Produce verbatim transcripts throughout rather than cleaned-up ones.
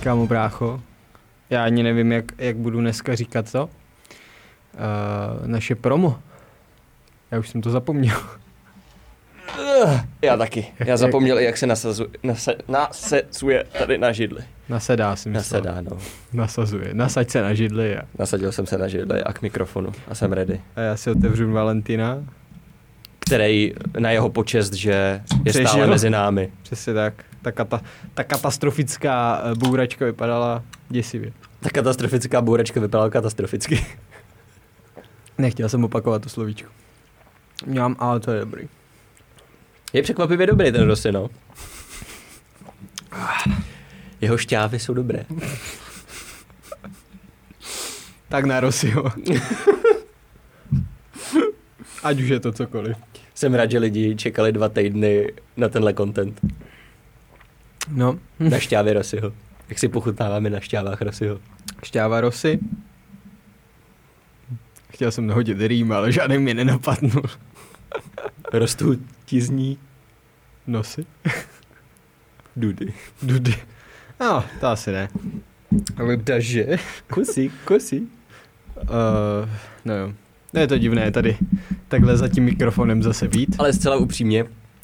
kámo brácho. Já ani nevím, jak, jak budu dneska říkat to. Uh, naše promo. Já už jsem to zapomněl. Já taky. Já zapomněl, jak se nasazuje, nase, nasazuje tady na židli. Nasedá si myslel. Nasedá, no. Nasazuje. Nasaď se na židli. A... Nasadil jsem se na židli a k mikrofonu a jsem ready. A já si otevřu Valentina. Který na jeho počest, že je Přežil. stále mezi námi. Přesně tak. Ta, kata, ta katastrofická bouračka vypadala děsivě. Ta katastrofická bouračka vypadala katastroficky. Nechtěl jsem opakovat to slovíčko. Mám, ale to je dobrý. Je překvapivě dobrý ten Rossi, no. Jeho šťávy jsou dobré. Tak na Rossiho. Ať už je to cokoliv. Jsem rád, že lidi čekali dva týdny na tenhle content. No. Na šťávě Rossiho. Jak si pochutnáváme na šťávách Rossiho. Šťáva Rossi. Chtěl jsem nahodit rým, ale žádný mě nenapadnul. Rostou ti z ní Nosy? dudy. Dudy. No, to asi ne. Ale daže. Kusy, kusy. Uh, no jo. No je to divné tady takhle za tím mikrofonem zase být. Ale zcela upřímně,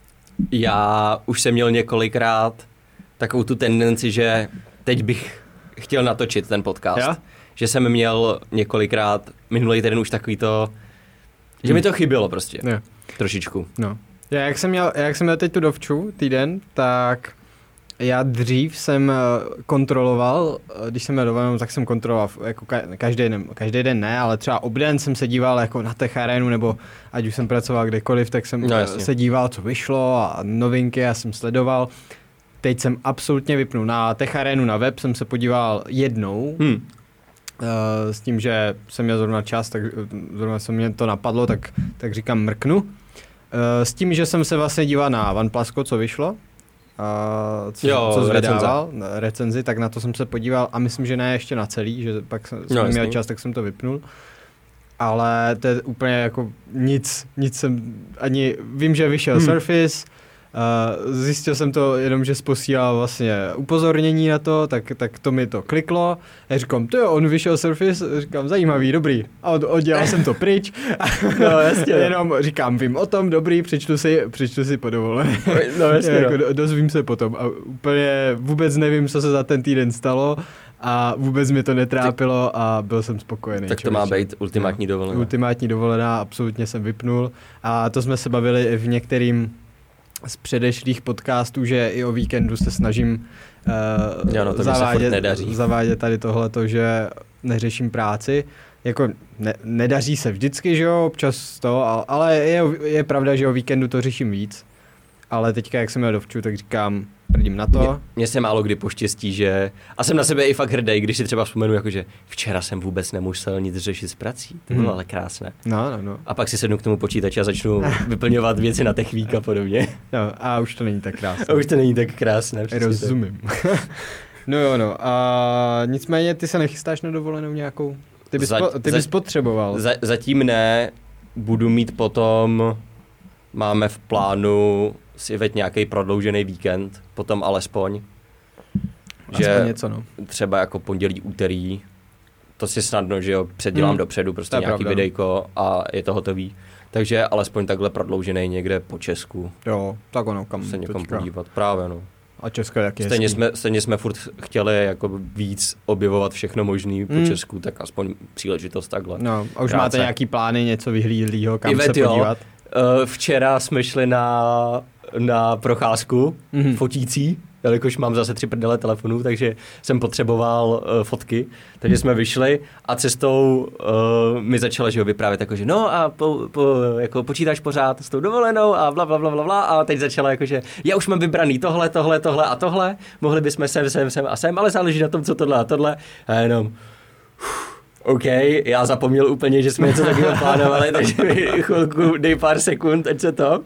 já už jsem měl několikrát takovou tu tendenci, že teď bych chtěl natočit ten podcast. Ja? Že jsem měl několikrát, minulý týden už takový to, že hmm. mi to chybělo prostě. Jo. Trošičku. No. Já jak jsem měl, jak jsem měl teď tu dovču týden, tak já dřív jsem kontroloval, když jsem měl dovolenou, tak jsem kontroloval jako každý den, každý den ne, ale třeba obden jsem se díval jako na Tech Arenu, nebo ať už jsem pracoval kdekoliv, tak jsem no, se díval, co vyšlo a novinky, já jsem sledoval. Teď jsem absolutně vypnul. Na Tech Arenu na web jsem se podíval jednou, hmm. uh, s tím, že jsem měl zrovna čas, tak zrovna se mě to napadlo, tak, tak říkám mrknu. Uh, s tím, že jsem se vlastně díval na OnePlusko, co vyšlo, uh, co, jo, co zvedával, recenze. recenzi, tak na to jsem se podíval a myslím, že ne ještě na celý, že pak jsem no, měl čas, tak jsem to vypnul. Ale to je úplně jako nic, nic jsem ani, vím, že vyšel hmm. Surface, uh, zjistil jsem to jenom, že posílal vlastně upozornění na to, tak, tak to mi to kliklo. Já říkám, to jo, on vyšel Surface, říkám, zajímavý, dobrý. A od, oddělal jsem to pryč. No jasně. Jenom říkám, vím o tom, dobrý, přečtu si, přečtu si po dovolené. No jasně. Jako, do, dozvím se potom a úplně vůbec nevím, co se za ten týden stalo. A vůbec mi to netrápilo a byl jsem spokojený. Tak to člověče. má být ultimátní dovolená. Ultimátní dovolená, absolutně jsem vypnul. A to jsme se bavili v některým z předešlých podcastů, že i o víkendu se snažím uh, jo, no, to zavádět, nedaří. zavádět tady tohleto, že neřeším práci. Jako ne, nedaří se vždycky, že jo, občas to, ale je, je pravda, že o víkendu to řeším víc. Ale teďka, jak jsem měl dovču, tak říkám, prdím na to. Mně se málo kdy poštěstí, že... A jsem na sebe i fakt hrdý, když si třeba vzpomenu, jakože včera jsem vůbec nemusel nic řešit s prací. To bylo hmm. ale krásné. No, no, no. A pak si sednu k tomu počítači a začnu vyplňovat věci na Techweek a podobně. No, a už to není tak krásné. A už to není tak krásné. Rozumím. No jo, no. A nicméně ty se nechystáš na dovolenou nějakou? Ty bys, za, po, ty bys za, potřeboval. Za, zatím ne. Budu mít potom... Máme v plánu si veď nějaký prodloužený víkend, potom alespoň. Aspoň že něco, no. Třeba jako pondělí, úterý, to si snadno, že jo, předělám hmm. dopředu, prostě nějaký pravda. Videjko a je to hotový. Takže alespoň takhle prodloužený někde po Česku. Jo, tak ono, kam se někam podívat, právě no. A Česko jak je stejně jsme, stejně jsme furt chtěli jako víc objevovat všechno možný hmm. po Česku, tak aspoň příležitost takhle. No, a už Krátce. Máte nějaký plány, něco vyhlídlýho, kam Ivet, se podívat? Jo. Včera jsme šli na, na procházku mm-hmm. fotící, jelikož mám zase tři prdele telefonů, takže jsem potřeboval uh, fotky, takže jsme vyšli a cestou uh, mi začala že ho vyprávět jako, že no a po, po, jako počítáš pořád s tou dovolenou a bla, bla, bla, bla, bla a teď začala jako, že já už mám vybraný tohle, tohle, tohle a tohle, mohli bychom sem, sem, sem a sem, ale záleží na tom, co tohle a tohle a jenom... OK, já zapomněl úplně, že jsme něco takového plánovali, takže mi chvilku, dej pár sekund, ať se to.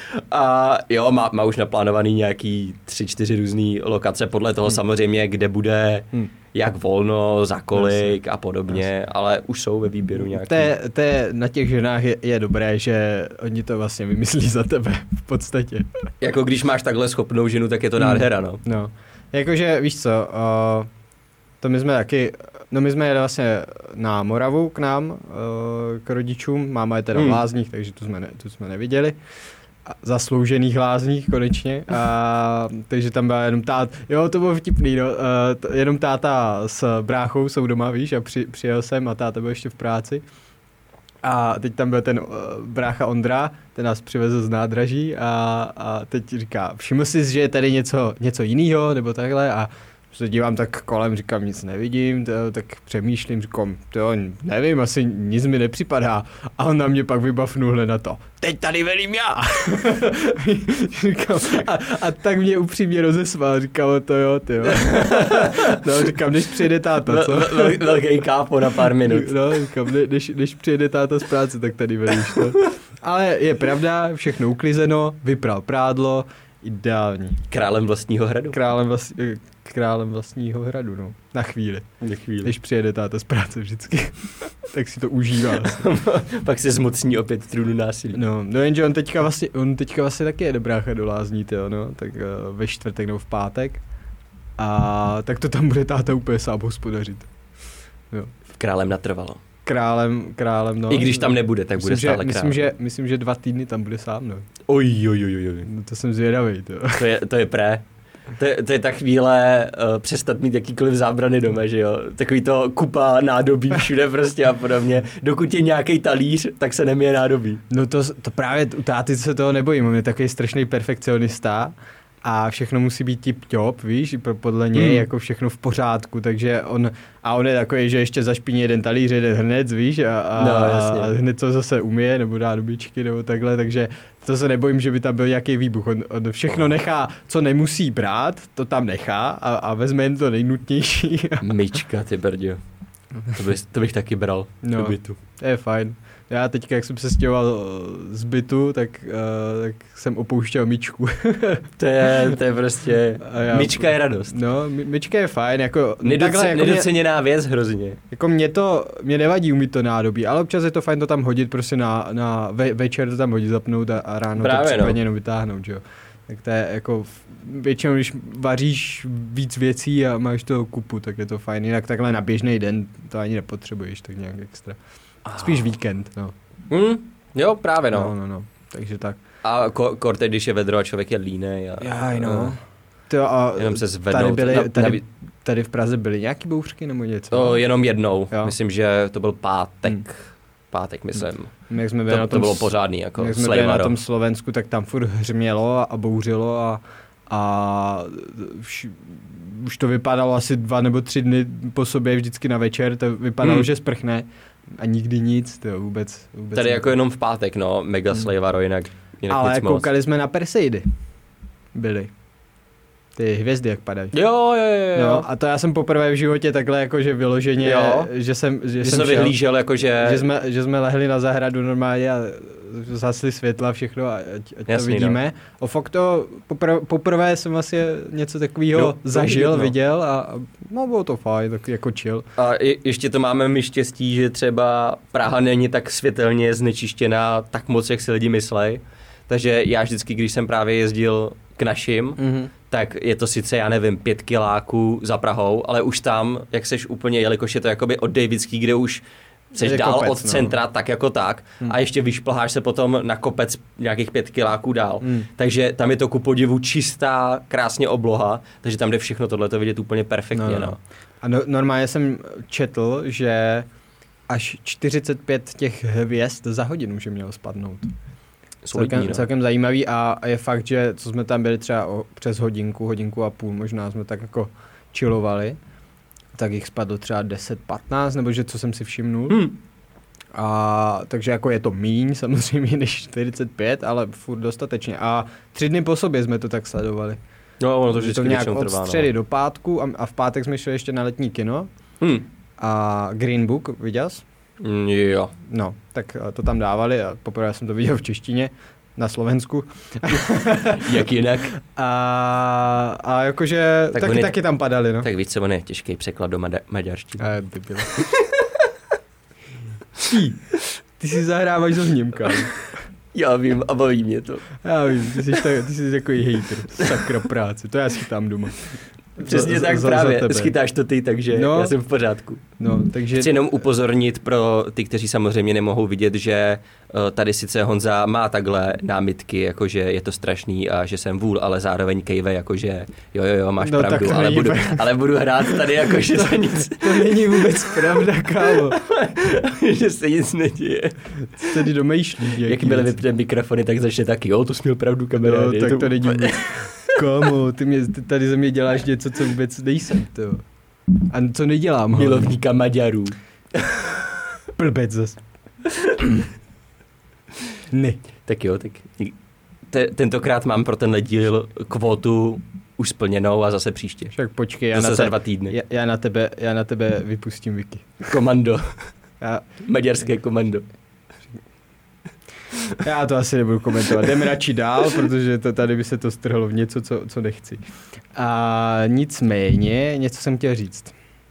A jo, má, má už naplánovaný nějaký tři, čtyři různý lokace, podle toho hmm. samozřejmě, kde bude hmm. jak volno, za kolik a podobně, ale už jsou ve výběru nějaký. To je, to je na těch ženách je, je dobré, že oni to vlastně vymyslí za tebe v podstatě. Jako když máš takhle schopnou ženu, tak je to nádhera, no. No, jakože víš co, uh, to my jsme taky, no my jsme jeli vlastně na Moravu k nám, k rodičům, máma je teda v Lázních, takže tu jsme, ne, tu jsme neviděli. A zasloužených Lázních konečně, a, takže tam byla jenom tát, jo, to bylo vtipný, no, uh, t- jenom táta s bráchou jsou doma, víš, a při, přijel jsem a táta byl ještě v práci. A teď tam byl ten uh, brácha Ondra, ten nás přivezl z nádraží a, a teď říká, všiml jsi, že je tady něco, něco jiného, nebo takhle, a se dívám tak kolem, říkám, nic nevidím, to, tak přemýšlím, říkám, to nevím, asi nic mi nepřipadá. A on na mě pak vybavnul hned na to, teď tady velím já. říkám, a, a tak mě upřímně rozesmál, říkám, to jo, ty jo. no, říkám, než přijede táta, co? Vel, velký kápo na pár minut. no, říkám, ne, než, než přijede táta z práce, tak tady velíš, no. Ale je pravda, všechno uklizeno, vypral prádlo, ideální. Králem vlastního hradu. Králem, vlast, králem vlastního hradu, no. Na chvíli. Na chvíli. Když přijede táta z práce vždycky, tak si to užívá. Pak se zmocní opět trůnu násilí. No, no jenže on teďka vlastně, on teďka vlastně taky jede brácha do Lázní, tyjo, no. Tak uh, ve čtvrtek nebo v pátek. A tak to tam bude táta úplně sám hospodařit. Jo. Králem natrvalo. Králem, králem, no. I když tam nebude, tak myslím, bude stále že, král. myslím, že, myslím, že dva týdny tam bude sám, no. Oj, oj, oj, oj. No, to jsem zvědavej, to. To je, to je pré. To je, to je ta chvíle uh, přestat mít jakýkoliv zábrany doma, že jo. Takový to kupa nádobí všude prostě a podobně. Dokud je nějaký talíř, tak se nemije nádobí. No to, to právě u táty se toho nebojím, on je takový strašný perfekcionista a všechno musí být tip-top, víš, podle něj hmm. jako všechno v pořádku, takže on, a on je takový, že ještě zašpiní jeden talíř, jeden hned, víš, a, a, no, a hned to zase umije, nebo dá do bičky, nebo takhle, takže to se nebojím, že by tam byl nějaký výbuch. On, on všechno nechá, co nemusí brát, to tam nechá a, a vezme jen to nejnutnější. Myčka, ty brďo. To, bych, to bych taky bral no, do bytu. To je fajn. Já teďka, jak jsem se stěhoval z bytu, tak, uh, tak jsem opouštěl myčku. to, je, to je prostě... Já, myčka je radost. No, my, myčka je fajn. Jako, Nedoce, takhle, jako nedoceněná mě, věc hrozně. Jako mě to, mě nevadí umít to nádobí, ale občas je to fajn to tam hodit, prostě na, na ve, večer to tam hodit, zapnout a, a ráno Právě, to případně no. jenom vytáhnout, že jo. Tak to je jako, většinou, když vaříš víc věcí a máš toho kupu, tak je to fajn. Jinak takhle na běžný den to ani nepotřebuješ, tak nějak extra. Spíš víkend, no. Hmm, jo, právě no. No, no, no, takže tak. A ko- kor teď, když je vedro a člověk je línej. A, Jaj, no. A, to a jenom se zvednout. Tady, byly, na, tady, na, tady v Praze byly nějaký bouřky nebo něco? To jenom jednou. Jo. Myslím, že to byl pátek. Hmm. Pátek, myslím. Hmm. Jak jsme byli to, na tom, to bylo pořádný, jako jak jsme byli na tom Slovensku, tak tam furt hřmělo a, a bouřilo a, a už, už to vypadalo asi dva nebo tři dny po sobě vždycky na večer, to vypadalo, hmm. že sprchne a nikdy nic, to vůbec, vůbec tady ne. jako jenom v pátek, no, mega hmm. slejvaro, jinak, jinak ale nic koukali moc. jsme na Perseidy. Byli. Ty hvězdy, jak padají. Jo, jo, jo, jo. No, a to já jsem poprvé v životě takhle jakože vyloženě, jo. že jsem, že, že jsem jsem vyhlížel, jakože... Že jsme, že jsme lehli na zahradu normálně a zasli světla všechno a ať, ať Jasný, to vidíme. No. O fakt to poprvé, poprvé jsem vlastně něco takového no, zažil, no. viděl a no bylo to fajn, tak jako chill. A je, ještě to máme my štěstí, že třeba Praha není tak světelně znečištěná tak moc, jak si lidi myslej. Takže já vždycky, když jsem právě jezdil k našim, mm-hmm. tak je to sice, já nevím, pět kiláků za Prahou, ale už tam, jak seš úplně, jelikož je to jakoby od Davidský, kde už seš je dál kopec, od centra, no. tak jako tak, hmm. a ještě vyšplháš se potom na kopec nějakých pět kiláků dál. Hmm. Takže tam je to ku podivu čistá, krásně obloha, takže tam jde všechno tohleto vidět úplně perfektně. No, no. No. A no, normálně jsem četl, že až čtyřicet pět těch hvězd za hodinu že mělo spadnout. Solidní, celkem, no. celkem zajímavý a je fakt, že co jsme tam byli třeba o, přes hodinku, hodinku a půl, možná jsme tak jako chillovali, tak jich spadlo třeba deset patnáct, nebo že co jsem si všimnul. Hmm. A takže jako je to míň samozřejmě než čtyřicet pět, ale furt dostatečně. A tři dny po sobě jsme to tak sledovali. No, ono to vždycky to nějak od trvá, středy no. do pátku a, a v pátek jsme šli ještě na letní kino. Hmm. A Green Book, viděl jsi? Mm, jo. No, tak to tam dávali a poprvé jsem to viděl v češtině. Na Slovensku. Jak jinak. A, a jakože tak taky, oni, taky tam padali, no. Tak víc se on je těžký překlad do maďa- maďarštiny. A ty bylo. Ty, ty si zahráváš s ohněm, kámo. Já vím a baví mě to. Já vím, ty jsi, tak, ty jsi takový hejter. Sakra práce, to já si chytám doma. Přesně za, tak za, právě, za schytáš to ty, takže no, já jsem v pořádku. No, takže... Chci jenom upozornit pro ty, kteří samozřejmě nemohou vidět, že tady sice Honza má takhle námitky, jakože je to strašný a že jsem vůl, ale zároveň kejve, jakože jo, jo, jo, máš no, pravdu, ale budu, ale budu hrát tady jakože se nic... To není vůbec pravda, kámo. Že se nic neděje. Tady domýšlí. Jak byly vypnuté mikrofony, tak začne taky, jo, to jsi měl pravdu, kamaráde. Jo, tak to, to není vůbec... Kámo, ty, mě, ty tady ze mě děláš něco, co vůbec nejsem, to. A co nedělám, milovníka Maďarů. Blbec zas. Ne. Tak jo, tak te, tentokrát mám pro tenhle díl kvótu už splněnou a zase příště. Však počkej, já zase na, te, za dva týdny. Já, já, na tebe, já na tebe vypustím Wiki. Komando. Já... Maďarské komando. Já to asi nebudu komentovat. Jdeme radši dál, protože to, tady by se to strhlo v něco, co, co nechci. A nicméně, něco jsem chtěl říct.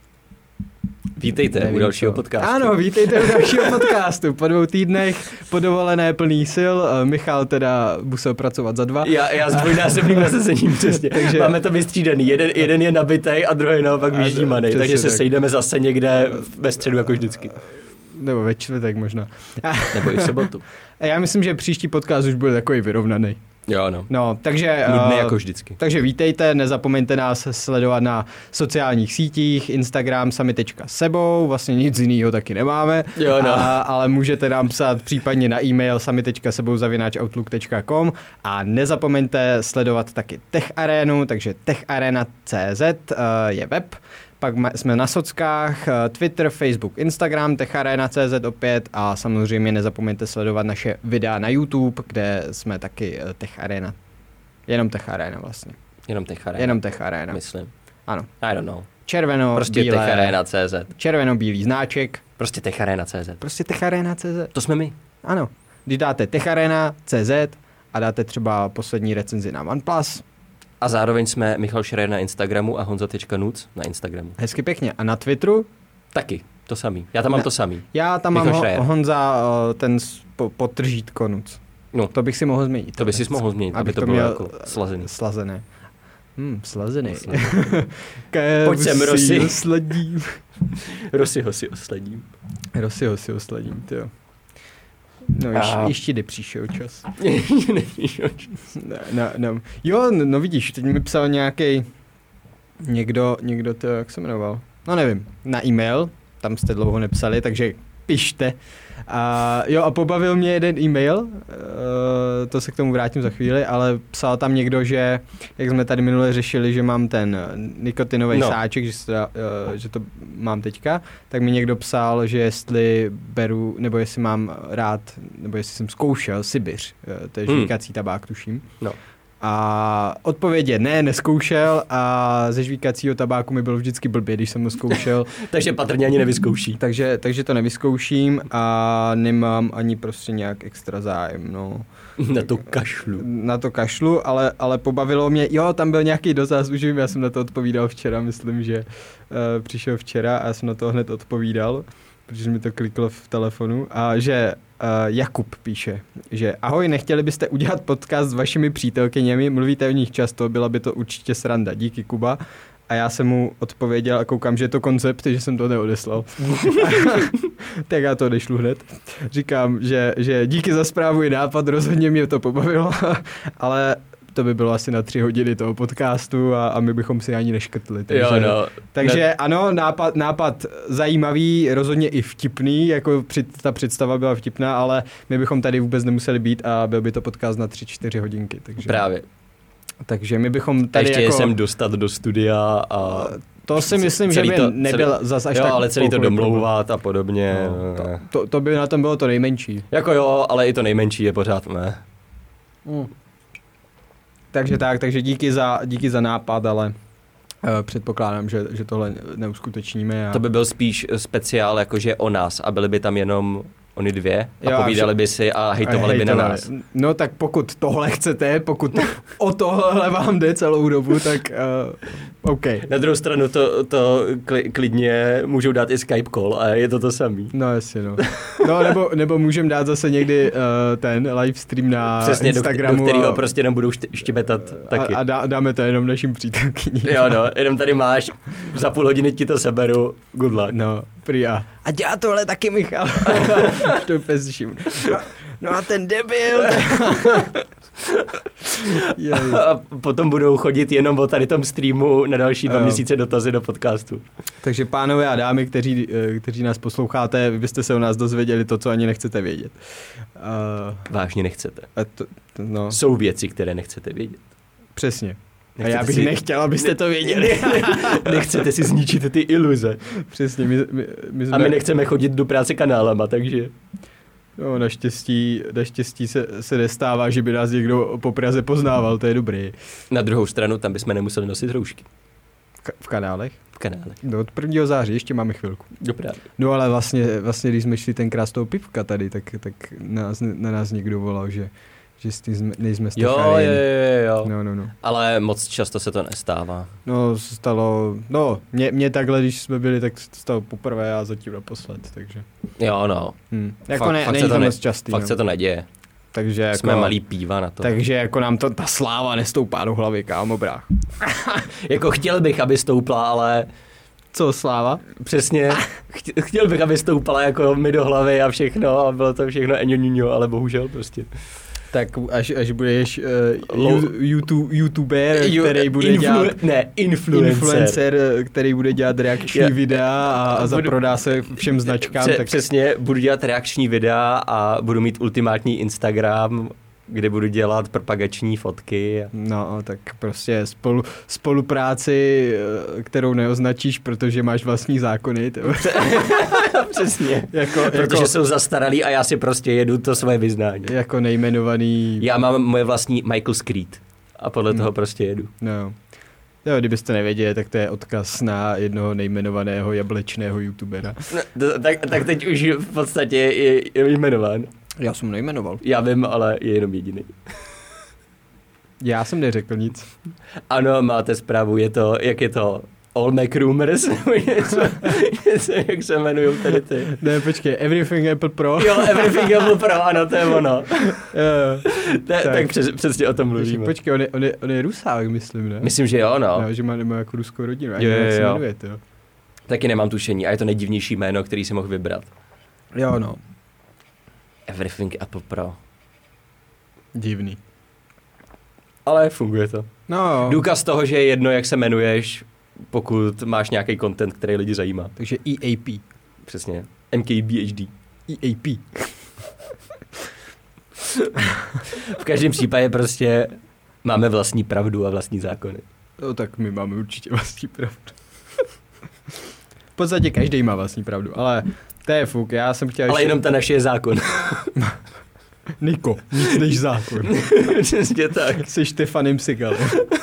Vítejte Nevím u dalšího co. podcastu. Ano, vítejte u dalšího podcastu. Po dvou týdnech, po dovolené plný sil. Michal teda musel pracovat za dva. Já, já s dvojnásobným nasazením přesně. Takže máme to vystřídaný. Jeden, jeden je nabitej a druhý naopak vyždímaný. Takže se tak. sejdeme zase někde ve středu jako vždycky. Nebo ve čtvrtek možná. Nebo i v sobotu. Já myslím, že příští podcast už bude takový vyrovnaný. Jo, no. No, takže... Nudný jako vždycky. Takže vítejte, nezapomeňte nás sledovat na sociálních sítích, Instagram sami tečka sebou, vlastně nic jiného taky nemáme, jo, no. a, ale můžete nám psát případně na e-mail sami tečka sebou zavináč outlook tečka com a nezapomeňte sledovat taky Tech Arenu, takže tech arena tečka cé zet uh, je web. Pak jsme na sockách, Twitter, Facebook, Instagram, tech arena tečka cé zet opět a samozřejmě nezapomeňte sledovat naše videa na YouTube, kde jsme taky Tech Arena. Jenom Tech Arena vlastně. Jenom Tech Arena. Jenom Tech Arena. Myslím. Ano. I don't know. Červeno, prostě bílé. Tech Arena tečka cé zet. Červeno-bílý znáček. Prostě Tech Arena tečka cé zet. Prostě Tech Arena tečka cé zet. To jsme my. Ano. Když dáte Tech Arena tečka cé zet a dáte třeba poslední recenzi na OnePlus. A zároveň jsme Michal Schreier na Instagramu a honza tečka nuc na Instagramu. Hezky pěkně. A na Twitteru? Taky, to samý. Já tam mám ne, to samý. Já tam Michal mám Schreier. Honza ten po, potržítko nuc. No. To bych si mohl změnit. To by si mohl změnit, aby to, to bylo jako slazený. Slazené. Hm, slazený. Pojď sem, Rosy. Osladím. Rosyho si osladím. Rosyho si osladím, tyjo. No, ještě, ještě nepřišel čas. Ještě nepřišel čas. Ne, ne, ne. Jo, no, no vidíš, teď mi psal nějaký někdo, někdo to, jak se jmenoval? No nevím, na e-mail, tam jste dlouho nepsali, takže pište. A jo, a pobavil mě jeden e-mail, uh, to se k tomu vrátím za chvíli, ale psal tam někdo, že, jak jsme tady minule řešili, že mám ten nikotinový no. sáček, že, se, uh, že to mám teďka, tak mi někdo psal, že jestli beru, nebo jestli mám rád, nebo jestli jsem zkoušel Sibiř, uh, to je žvíkací hmm. tabák, tuším. No. A odpověď je ne, neskoušel a ze žvíkacího tabáku mi bylo vždycky blbě, když jsem ho zkoušel. Takže patrně ani nevyzkouší. takže, takže to nevyzkouším a nemám ani prostě nějak extra zájem, no. Na to kašlu. Na to kašlu, ale, ale pobavilo mě, jo, tam byl nějaký dotaz, už vím, já jsem na to odpovídal včera, myslím, že uh, přišel včera a já jsem na to hned odpovídal, protože mi to kliklo v telefonu a že Uh, Jakub píše, že ahoj, nechtěli byste udělat podcast s vašimi přítelkyněmi, mluvíte o nich často, byla by to určitě sranda, díky Kuba. A já jsem mu odpověděl a koukám, že je to koncept, že jsem to neodeslal. Tak já to odešlu hned. Říkám, že, že díky za zprávu i nápad, rozhodně mě to pobavilo, ale to by bylo asi na tři hodiny toho podcastu a, a my bychom si ani neškrtli. Takže, jo, no. takže ne. ano, nápad, nápad zajímavý, rozhodně i vtipný, jako při, ta představa byla vtipná, ale my bychom tady vůbec nemuseli být a byl by to podcast na tři čtyři hodinky. Takže, právě. Takže my bychom tady ještě jako... sem dostat do studia a... To si myslím, že by to, nebyl celý, zas až jo, tak... ale celý to domlouvat a podobně. No, to, to, to by na tom bylo to nejmenší. Jako jo, ale i to nejmenší je pořád ne. Mm. Takže tak, takže díky za, díky za nápad, ale uh, předpokládám, že, že tohle neuskutečníme. A... To by byl spíš speciál jakože o nás a byli by tam jenom oni dvě a jo, povídali a by si a hejtovali by na nás. No tak pokud tohle chcete, pokud o tohle vám jde celou dobu, tak uh, OK. Na druhou stranu to, to klidně můžou dát i Skype call a je to to samý. No jasně, no. No, nebo, nebo můžeme dát zase někdy uh, ten livestream na Přesně, Instagramu. do, do kterého a, prostě jenom budou štěbetat taky. A, a dá, dáme to jenom našim přítelkyním. Jo, no, jenom tady máš, za půl hodiny ti to seberu, good luck. No, prý a, a dělá tohle taky Michal. To pesším. No, no a ten debil. A potom budou chodit jenom o tady tom streamu na další dva jo. měsíce dotazy do podcastu. Takže pánové a dámy, kteří, kteří nás posloucháte, vy byste se o nás dozvěděli to, co ani nechcete vědět. Uh, Vážně nechcete. A to, to, no. Jsou věci, které nechcete vědět. Přesně. Nechcete a já bych si... nechtěl, abyste ne, to věděli. Nechcete si zničit ty iluze. Přesně. My, my, my jsme... A my nechceme chodit do práce kanálama, takže... No, naštěstí, naštěstí se, se nestává, že by nás někdo po Praze poznával, to je dobrý. Na druhou stranu, tam bychom nemuseli nosit roušky. K- v kanálech? V kanálech. No, od prvního září, ještě máme chvilku. Dobrá. No ale vlastně, vlastně když jsme šli tenkrát z toho pivka tady, tak, tak nás, na nás někdo volal, že, že jsme, nejsme z Jo, jo, jo, jo. No, no, no. Ale moc často se to nestává. No, stalo, no, mě, mě takhle, když jsme byli, tak se to stalo poprvé a zatím naposled, takže. Jo, no. Hmm. Jako fakt, ne, fakt není se to to ne, moc častý. Fakt no. se to neděje. Takže jako, jsme malý píva na to. Takže jako nám to, ta sláva nestoupá do hlavy, kámo, brách. Jako chtěl bych, aby stoupla, ale... Co, sláva? Přesně. Chtěl bych, aby stoupala jako mi do hlavy a všechno a bylo to všechno eňoňuňo, ale bohužel prostě. Tak až, až budeš uh, YouTube, YouTuber, který bude Influ- dělat... Ne, influencer. Influencer, který bude dělat reakční Já, videa a, a zaprodá se všem značkám. Pře- tak... Přesně, budu dělat reakční videa a budu mít ultimátní Instagram, kde budu dělat propagační fotky. No, tak prostě spolu, spolupráci, kterou neoznačíš, protože máš vlastní zákony. Přesně, jako, protože jako, jsou zastaralí a já si prostě jedu to svoje vyznání. Jako nejmenovaný... Já mám moje vlastní Michael Screed a podle no. toho prostě jedu. No. Jo, kdybyste nevěděli, tak to je odkaz na jednoho nejmenovaného jablečného youtubera. No, tak, tak teď už v podstatě je, je jmenován. Já jsem nejmenoval. Já vím, ale je jenom jediný. Já jsem neřekl nic. Ano, máte zprávu, je to, jak je to, All Mac Rumors, něco, něco, jak se jmenují tady ty. Ne, počkej, Everything Apple Pro. Jo, Everything Apple Pro, ano, to je ono. Jo, Ta, tak tak přes, přesně o tom mluvíme. Počkej, on je, on, je, on je Rusák, myslím, ne? Myslím, že jo, no. no že má, má jako ruskou rodinu, Jo, jo, jak se jo. jmenuje, to. Taky nemám tušení a je to nejdivnější jméno, který si mohl vybrat. Jo, no. Everything Apple Pro. Divný. Ale funguje to. No. Důkaz toho, že je jedno, jak se jmenuješ, pokud máš nějaký content, který lidi zajímá. Takže E A P. Přesně. M K B H D. E A P. V každém případě prostě máme vlastní pravdu a vlastní zákony. No tak my máme určitě vlastní pravdu. V podstatě každý má vlastní pravdu, ale to je fuk, já jsem chtěl... Ale ještě... jenom ta naše je zákon. Niko, nic než zákon. Přesně tak. Jsi Stefanem Seagal.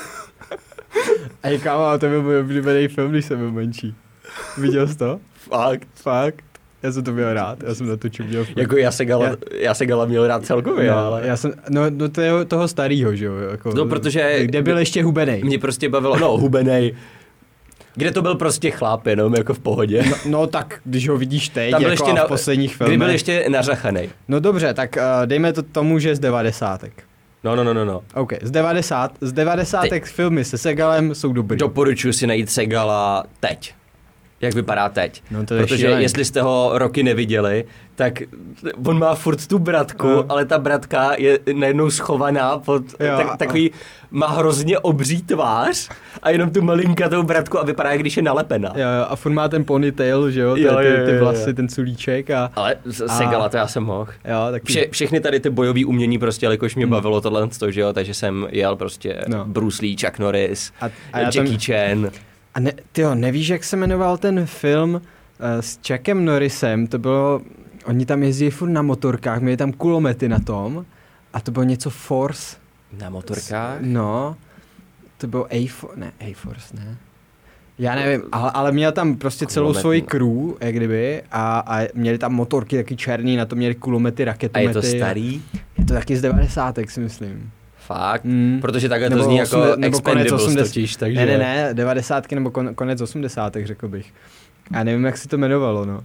A je kámo, to byl můj oblíbený film, když jsem byl menší. Viděl jsi to? Fakt. Fakt. Já jsem to měl rád, já jsem na to čuměl. Jako já se Gala, já, já se Gala měl rád celkově, no, ale... Já jsem, no, no to je toho starýho, že jo? Jako, No, protože... Kde byl ještě hubenej? Mě prostě bavilo, no hubenej. Kde to byl prostě chlap jenom, jako v pohodě. No, no tak, když ho vidíš teď, Tam byl jako ještě a na, v posledních filmech. Kdy byl ještě nařachanej. No dobře, tak uh, dejme to tomu, že z devadesátek. No, no, no, no, no. OK, z devadesát, z devadesátek Ty. filmy se Segalem jsou dobrý. Doporučuji si najít Segala teď. Jak vypadá teď. No to je Protože šílený. jestli jste ho roky neviděli, tak on má furt tu bratku, no. ale ta bratka je najednou schovaná pod Jo, tak, takový, má hrozně obří tvář a jenom tu malinkatou bratku a vypadá, jak když je nalepená. Jo, jo, a furt má ten ponytail, že jo, ty, Jo, ty, jo, ty jo, vlasy, jo. ten sulíček a... Ale a... Segala to já jsem mohl. Jo, taky. Vše, všechny tady ty bojové umění prostě, jelikož mě hmm. bavilo tohle, že jo, takže jsem jel prostě no. Bruce Lee, Chuck Norris, a, a Jackie tam... Chan. A ne, tyjo, nevíš, jak se jmenoval ten film uh, s Chuckem Norrisem, to bylo, oni tam jezdí furt na motorkách, měli tam kulomety na tom a to bylo něco Force. Na motorkách? No, to bylo A-Force, ne, A-Force, ne. Já nevím, ale, ale měl tam prostě celou Kulomety. svoji crew, jak kdyby, a, a měli tam motorky taky černý, na to měli kulomety, A raketomety. je to starý? Je to taky z devadesátek, si myslím. Fakt? Mm. Protože takhle to Nebo zní jako osmde- nebo konec Expendables osmdesátých totiž, takže... Ne, ne, ne, devadesátky nebo kon, konec osmdesátek, řekl bych. A nevím, jak se to jmenovalo, no.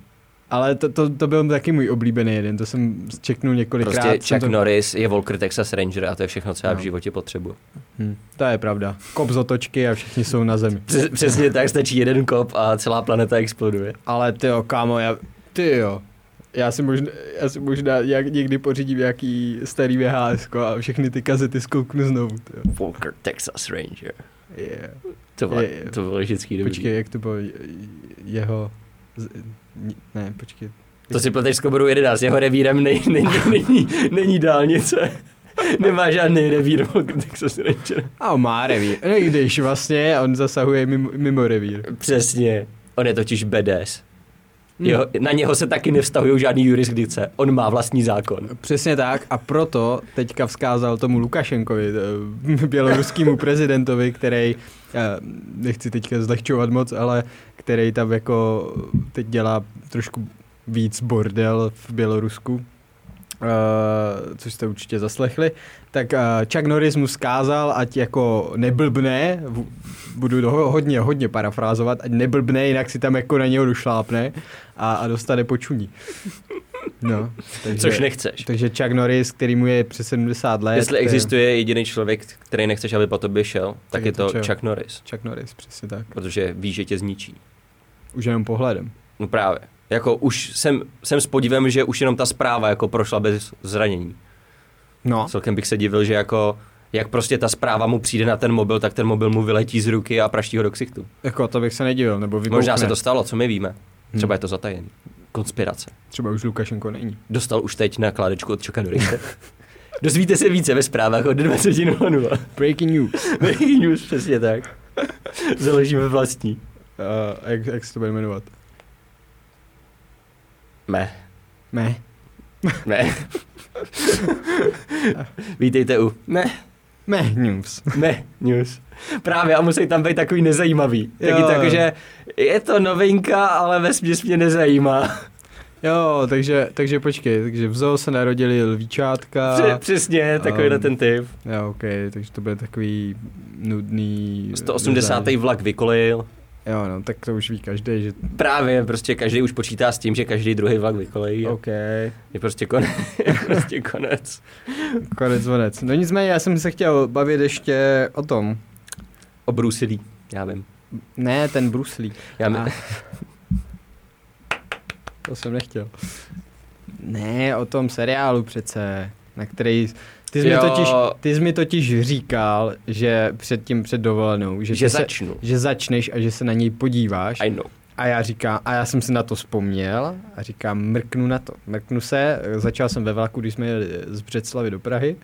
Ale to, to, to byl taky můj oblíbený jeden, to jsem čeknul několikrát. Prostě Chuck to... Norris je Walker Texas Ranger a to je všechno, co já no. v životě potřebuji. Hmm, to je pravda. Kop z otočky a všichni jsou na zemi. Přesně tak, stačí jeden kop a celá planeta exploduje. Ale tyjo, kámo, já, tyjo, já si možná, já si možná jak, někdy pořídím nějaký starý V H S a všechny ty kazety zkouknu znovu. Tyjo. Walker Texas Ranger. Yeah. To bylo, Je, to bylo vždycky dobrý. Počkej, jak to bylo jeho... Ne, počkej. To si pleteš s Koborou jedenáct, jeho revírem nej, není, není, není dálnice. Nemá žádný revír Walker Texas Ranger. A on má revír. No i když vlastně on zasahuje mimo, mimo revír. Přesně. On je totiž badass. Jeho, na něho se taky nevztahují žádný jurisdikce. On má vlastní zákon. Přesně tak a proto teďka vzkázal tomu Lukašenkovi, běloruskému prezidentovi, který, nechci teďka zlehčovat moc, ale který tam jako teď dělá trošku víc bordel v Bělorusku, Uh, což jste určitě zaslechli, tak uh, Chuck Norris mu vzkázal, ať jako neblbne, budu to hodně, hodně parafrázovat, ať neblbne, jinak si tam jako na něho došlápne a, a dostane počuní. No, takže, což nechceš. Takže Chuck Norris, který mu je přes sedmdesát let. Jestli existuje jediný člověk, který nechceš, aby po tobě šel, tak, tak je to, to Chuck Norris. Chuck Norris, přesně tak. Protože ví, že tě zničí. Už jenom pohledem. No právě. Jako už jsem, jsem s podívem, že už jenom ta zpráva jako prošla bez zranění. No. Celkem bych se divil, že jako jak prostě ta zpráva mu přijde na ten mobil, tak ten mobil mu vyletí z ruky a praští ho do ksichtu. Jako to bych se nedivil, nebo vybouchne. Možná se to stalo, co my víme. Třeba hmm. je to zatajený. Konspirace. Třeba už Lukašenko není. Dostal už teď na kládečku od Chucka Norrise. Dozvíte se více ve zprávách od dvacet nula nula. Breaking news. Breaking news, přesně tak. Založíme vlastní. Uh, jak, jak se to bude jmenovat? Me. Me. Me. Vítejte u Me. Me news. Me news. Právě a musí tam být takový nezajímavý. Taky tak, že je to novinka, ale vesměs mě nezajímá. Jo, takže, takže počkej, takže v zoo se narodili lvíčátka. Pře- přesně, takovýhle um, ten typ. Jo, ok, takže to bude takový nudný... sto osmdesátý vlak vykolejil. Jo, no, tak to už ví každý, že... Právě, prostě každý už počítá s tím, že každý druhý vlak vykolejí. Ok. Je prostě konec. je prostě konec. Konec, konec. No nicméně, já jsem se chtěl bavit ještě o tom. O Bruce Lee, já vím. Ne, ten Bruce Lee. Já my... A... To jsem nechtěl. Ne, o tom seriálu přece, na který... Ty jsi, mi totiž, ty jsi mi totiž říkal, že před tím před dovolenou, že, že se, začnu. Že začneš a že se na něj podíváš. I know. A já říkám, a já jsem si na to vzpomněl a říkám, mrknu na to. Mrknu se, začal jsem ve vlaku, když jsme jeli z Břeclavy do Prahy.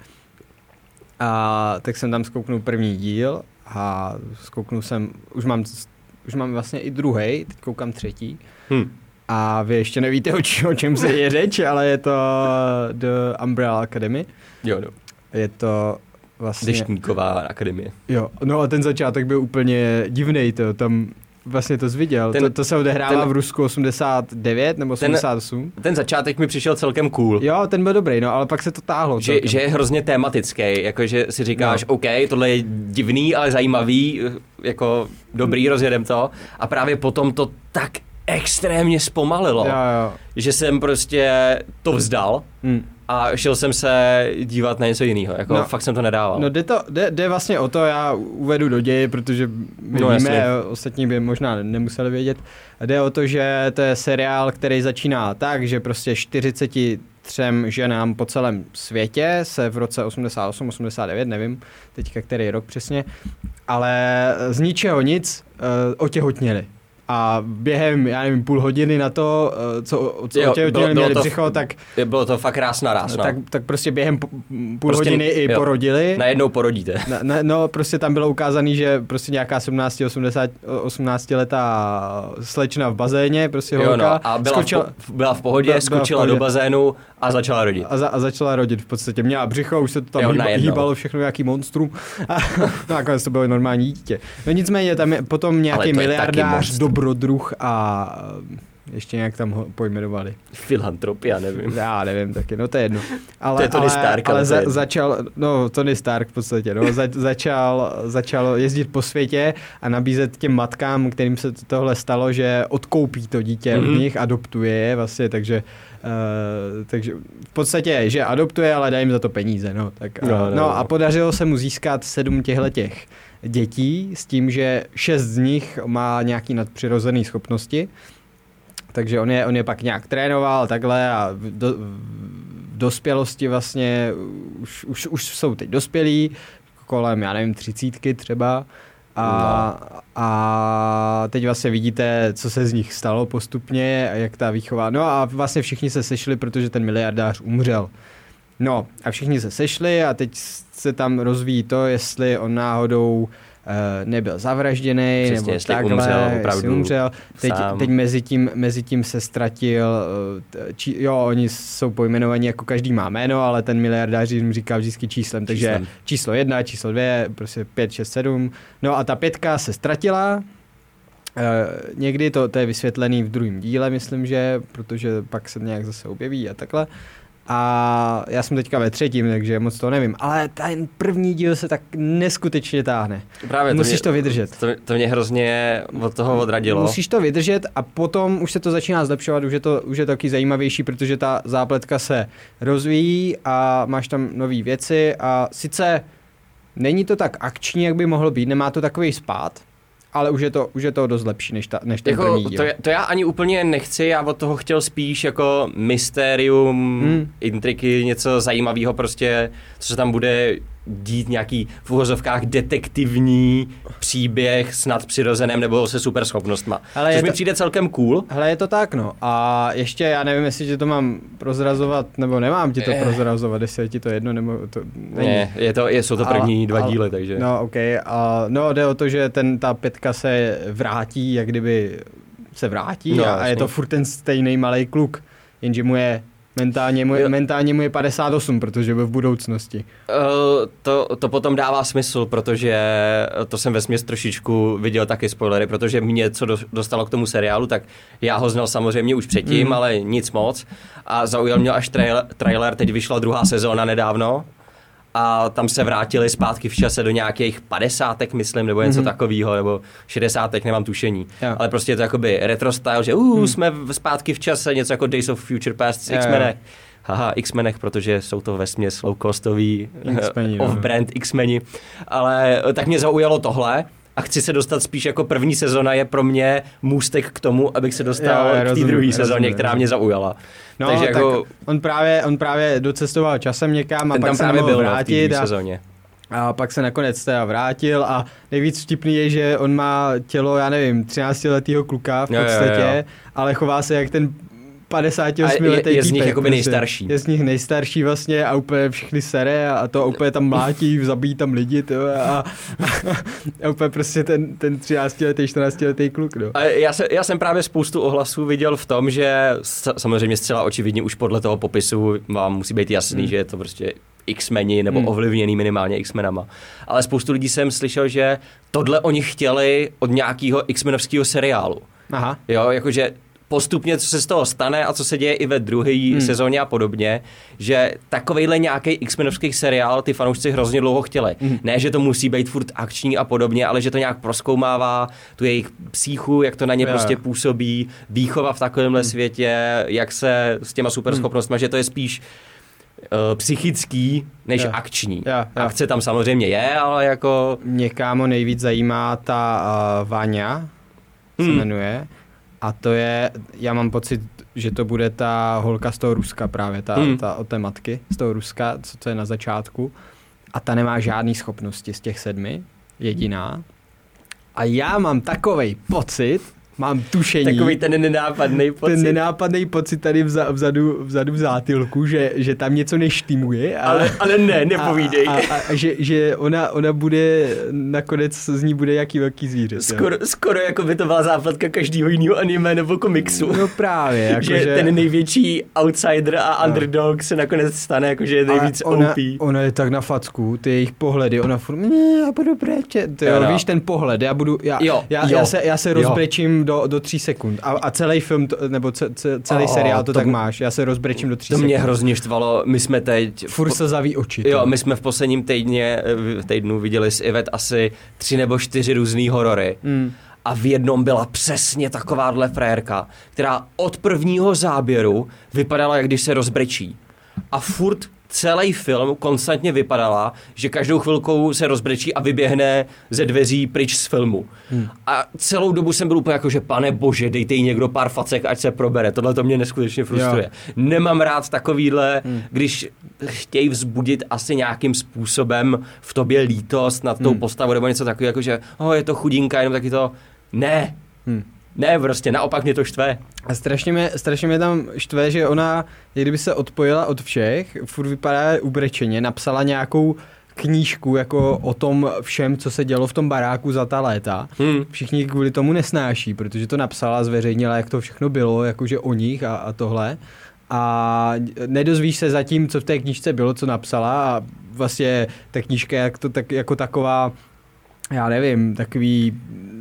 A tak jsem tam zkouknul první díl a zkouknul jsem, už mám, už mám vlastně i druhej, teď koukám třetí. Hm. A vy ještě nevíte, o, či, o čem se je řeč, ale je to The Umbrella Academy. Jo, no. Je to vlastně... Deštníková akademie. Jo, no a ten začátek byl úplně divnej, to tam vlastně to jsi viděl. Ten, to, to se odehrává ten, v Rusku osmdesát devět nebo osmdesát osm. Ten, ten začátek mi přišel celkem cool. Jo, ten byl dobrý, no, ale pak se to táhlo. Že, že je hrozně tematický, jakože si říkáš, no. OK, tohle je divný, ale zajímavý, jako dobrý, rozjedem to. A právě potom to tak extrémně zpomalilo, jo, jo. že jsem prostě to vzdal hmm. a šel jsem se dívat na něco jiného, jako no, fakt jsem to nedával. No jde, to, jde, jde vlastně o to, já uvedu do děje, protože my no, víme, jasně. Ostatní by možná nemuseli vědět, jde o to, že to je seriál, který začíná tak, že prostě čtyřicet tři ženám po celém světě se v roce osmdesát osm osmdesát devět, nevím teďka který rok přesně, ale z ničeho nic uh, otěhotněli. A během, já nevím, půl hodiny na to, co, co jo, otěhotněli, měli břicho, tak... Bylo to fakt ráz na ráz, no. tak, tak prostě během půl prostě, hodiny i jo, porodili. Najednou porodíte. Na, na, no, prostě tam bylo ukázané, že prostě nějaká sedmnáct osmnáctiletá slečna v bazéně, prostě holka. Jo, no, a byla, skočila, v, po, byla v pohodě, byla, skočila byla v pohodě. Do bazénu a začala rodit. A, za, a začala rodit v podstatě. Měla břicho, už se to tam jo, hýba, hýbalo všechno, nějaký monstrum. A no, nakonec to bylo normální dítě. No nicméně tam je potom nějaký miliardář, dobrodruh a ještě nějak tam ho pojmenovali. Filantropia, nevím. Já nevím taky, no to je jedno. Ale, to je Tony ale, Stark, ale ale za, to je... začal, no Tony Stark v podstatě, no, za, začal, začal jezdit po světě a nabízet těm matkám, kterým se tohle stalo, že odkoupí to dítě mm-hmm. od nich, adoptuje je vlastně, takže Uh, takže v podstatě, že adoptuje, ale dá jim za to peníze, no. Tak, uh, no, no, no a podařilo se mu získat sedm těchhletěch dětí s tím, že šest z nich má nějaký nadpřirozený schopnosti, takže on je, on je pak nějak trénoval takhle a v, do, v dospělosti vlastně už, už, už jsou teď dospělí, kolem, já nevím, třicítky třeba. A, no. a teď vlastně vidíte, co se z nich stalo postupně, jak ta výchova. No a vlastně všichni se sešli, protože ten miliardář umřel. No a všichni se sešli a teď se tam rozvíjí to, jestli on náhodou Uh, nebyl zavražděný, Přesně, nebo jestli takhle, umřel, jestli umřel. Teď, teď mezi, tím, mezi tím se ztratil, uh, či, jo, oni jsou pojmenovaní, jako každý má jméno, ale ten miliardář jim říká vždycky číslem, takže číslem. Číslo jedna, číslo dvě, prostě pět, šest, sedm. No a ta pětka se ztratila, uh, někdy to, to je vysvětlený v druhém díle, myslím, že, protože pak se nějak zase objeví a takhle. A já jsem teďka ve třetím, takže moc to nevím. Ale ten první díl se tak neskutečně táhne. Právě Musíš to, mě, to vydržet. To, to mě hrozně od toho odradilo. Musíš to vydržet a potom už se to začíná zlepšovat, už je to, už je to taky zajímavější, protože ta zápletka se rozvíjí a máš tam nové věci a sice není to tak akční, jak by mohlo být, nemá to takový spád, ale už je to, už je to dost lepší než, ta, než ten jako, první díl. To, to já ani úplně nechci, já od toho chtěl spíš jako mystérium, hmm. intriky, něco zajímavého prostě, co se tam bude dít, nějaký v uvozovkách detektivní příběh s nadpřirozeným nebo se super schopnostma. Hele, což mi to, přijde celkem cool. Hele, je to tak, no. A ještě, já nevím, jestli ti to mám prozrazovat, nebo nemám ti to eh. prozrazovat, jestli je ti to jedno, nebo to není. Ne, je to, je, jsou to první ale, dva díly, takže. No, ok. A, no, jde o to, že ten, ta pětka se vrátí, jak kdyby se vrátí no, a, a je to furt ten stejný malej kluk, jenže mu je Mentálně mu, je, mentálně mu je padesát osm, protože byl v budoucnosti. Uh, to, to potom dává smysl, protože to jsem vesměs trošičku viděl taky spoilery, protože mě co do, dostalo k tomu seriálu, tak já ho znal samozřejmě už předtím, mm. ale nic moc. A zaujal mě až trailer, trailer, teď vyšla druhá sezóna nedávno. A tam se vrátili zpátky v čase do nějakých padesátek, myslím, nebo něco mm-hmm. takového, nebo šedesátek, nemám tušení. Jo. Ale prostě je to jakoby retro style, že uh, mm. jsme zpátky v čase, něco jako Days of Future Past s X-Menech. Haha, X-Menech, protože jsou to vesměs low-costový off-brand X-Meni. Ale tak mě zaujalo tohle. A chci se dostat spíš jako první sezona je pro mě můstek k tomu, abych se dostal jo, k té druhé sezóně, která mě zaujala. No, takže tak jako, on právě, on právě docestoval časem někam a pak se nemohl vrátit. A, a pak se nakonec teda vrátil a nejvíc vtipný je, že on má tělo, já nevím, třináctiletýho kluka v podstatě, jo, jo, jo. ale chová se jak ten padesátiosmiletý je, je týpek. z nich jakoby nejstarší. Je z nich nejstarší vlastně a úplně všechny sere a to úplně tam mlátí, zabíjí tam lidi to, a, a, a úplně prostě ten, ten třináctiletý, čtrnáctiletý kluk. No. A já, se, já jsem právě spoustu ohlasů viděl v tom, že samozřejmě zcela očividně už podle toho popisu vám musí být jasný, hmm. že je to prostě X-meni nebo hmm. ovlivněný minimálně X-menama. Ale spoustu lidí jsem slyšel, že tohle oni chtěli od nějakého X-menovského seriálu. Aha. Jo, jakože postupně, co se z toho stane a co se děje i ve druhé hmm. sezóně a podobně, že takovejhle nějaký X-menovský seriál ty fanoušci hrozně dlouho chtěli. Hmm. Ne, že to musí být furt akční a podobně, ale že to nějak prozkoumává tu jejich psychu, jak to na ně yeah. prostě působí, výchova v takovémhle hmm. světě, jak se s těma superschopnostmi, hmm. že to je spíš uh, psychický než yeah. akční. Yeah, yeah. Akce tam samozřejmě je, ale jako... Mě kámo nejvíc zajímá ta uh, Váňa, se hmm. jmenuje. A to je, já mám pocit, že to bude ta holka z toho Ruska právě, ta, hmm. ta od té matky z toho Ruska, co, co je na začátku. A ta nemá žádný schopnosti z těch sedmi, jediná. A já mám takovej pocit, mám tušení. Takový ten nenápadný pocit. Ten nenápadný pocit tady vza, vzadu, vzadu v zátylku, že, že tam něco neštýmuje. A, ale, ale ne, nepovídej. A, a, a, a že, že ona, ona bude, nakonec z ní bude jaký velký zvíře. Skoro, skoro jako by to byla zápletka každého jiného anime nebo komiksu. No právě. Jako že, že ten největší outsider a underdog no. se nakonec stane, jakože je nejvíc ona, O P. Ona je tak na facku, ty jejich pohledy, ona furt, já budu brečet. Jo, no. Víš ten pohled, já budu, já, jo, já, jo, já se, já se rozbrečím do do, do tří sekund. A, a celý film, to, nebo ce, ce, celý oh, seriál to, to tak m... máš. Já se rozbrečím do tří to sekund. To mě hrozně štvalo. My jsme teď... Furt se zaví oči. Jo, my jsme v posledním týdně, týdnu viděli s Ivet asi tři nebo čtyři různý horory. Mm. A v jednom byla přesně takováhle frajerka, která od prvního záběru vypadala, jak když se rozbrečí. A furt celý film konstantně vypadala, že každou chvilkou se rozbrečí a vyběhne ze dveří pryč z filmu. Hmm. A celou dobu jsem byl úplně jako, že pane bože, dejte jí někdo pár facek, ať se probere. Tohle to mě neskutečně frustruje. Jo. Nemám rád takovýhle, hmm. když chtějí vzbudit asi nějakým způsobem v tobě lítost nad tou hmm. postavou nebo něco takového, jako že oh, je to chudinka, jenom taky to ne. Hmm. Ne, prostě naopak mě to štve. A strašně mě, strašně mě tam štve, že ona, kdyby se odpojila od všech, furt vypadá ubrečeně, napsala nějakou knížku jako o tom všem, co se dělo v tom baráku za ta léta. Hmm. Všichni kvůli tomu nesnáší, protože to napsala, zveřejnila, jak to všechno bylo, jakože o nich a, a tohle. A nedozvíš se zatím, co v té knížce bylo, co napsala a vlastně ta knížka jak to, tak, jako taková, já nevím, takový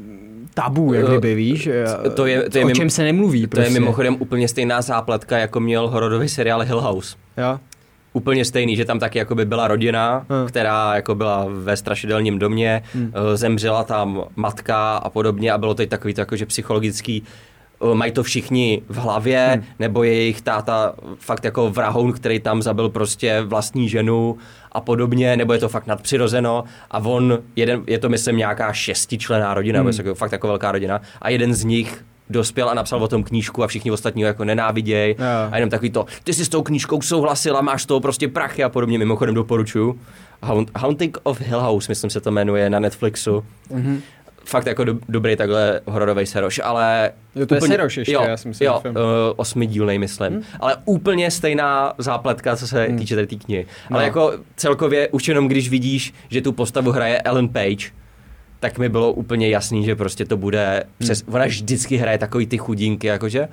tabu, jak kdyby, víš, to je, to je o mimo, čem se nemluví. To prostě. je mimochodem úplně stejná zápletka, jako měl hororový seriál Hill House. Jo. Úplně stejný, že tam taky jakoby byla rodina, hmm. která jako byla ve strašidelním domě, hmm. zemřela tam matka a podobně a bylo to takový to jakože psychologický, mají to všichni v hlavě, hmm. nebo je jejich táta fakt jako vrahoun, který tam zabil prostě vlastní ženu a podobně, nebo je to fakt nadpřirozeno a on, jeden, je to myslím nějaká šestičlenná rodina, hmm. nebo je to fakt jako velká rodina a jeden z nich dospěl a napsal o tom knížku a všichni ostatní ho jako nenáviděj yeah. a jenom takový to, ty jsi s tou knížkou souhlasila, máš z toho prostě prachy a podobně, mimochodem doporučuju. Haunting of Hill House, myslím se to jmenuje na Netflixu. Mm-hmm. Fakt jako do, dobrý takhle hororovej seroš, ale... Jo, to úplně, je seroš ještě, jo, já si myslím. Jo, uh, osmidílnej myslím, hmm? ale úplně stejná zápletka, co se hmm. týče té knihy. No. Ale jako celkově už jenom když vidíš, že tu postavu hraje Ellen Page, tak mi bylo úplně jasný, že prostě to bude přes... Hmm. Ona vždycky hraje takový ty chudinky, jakože...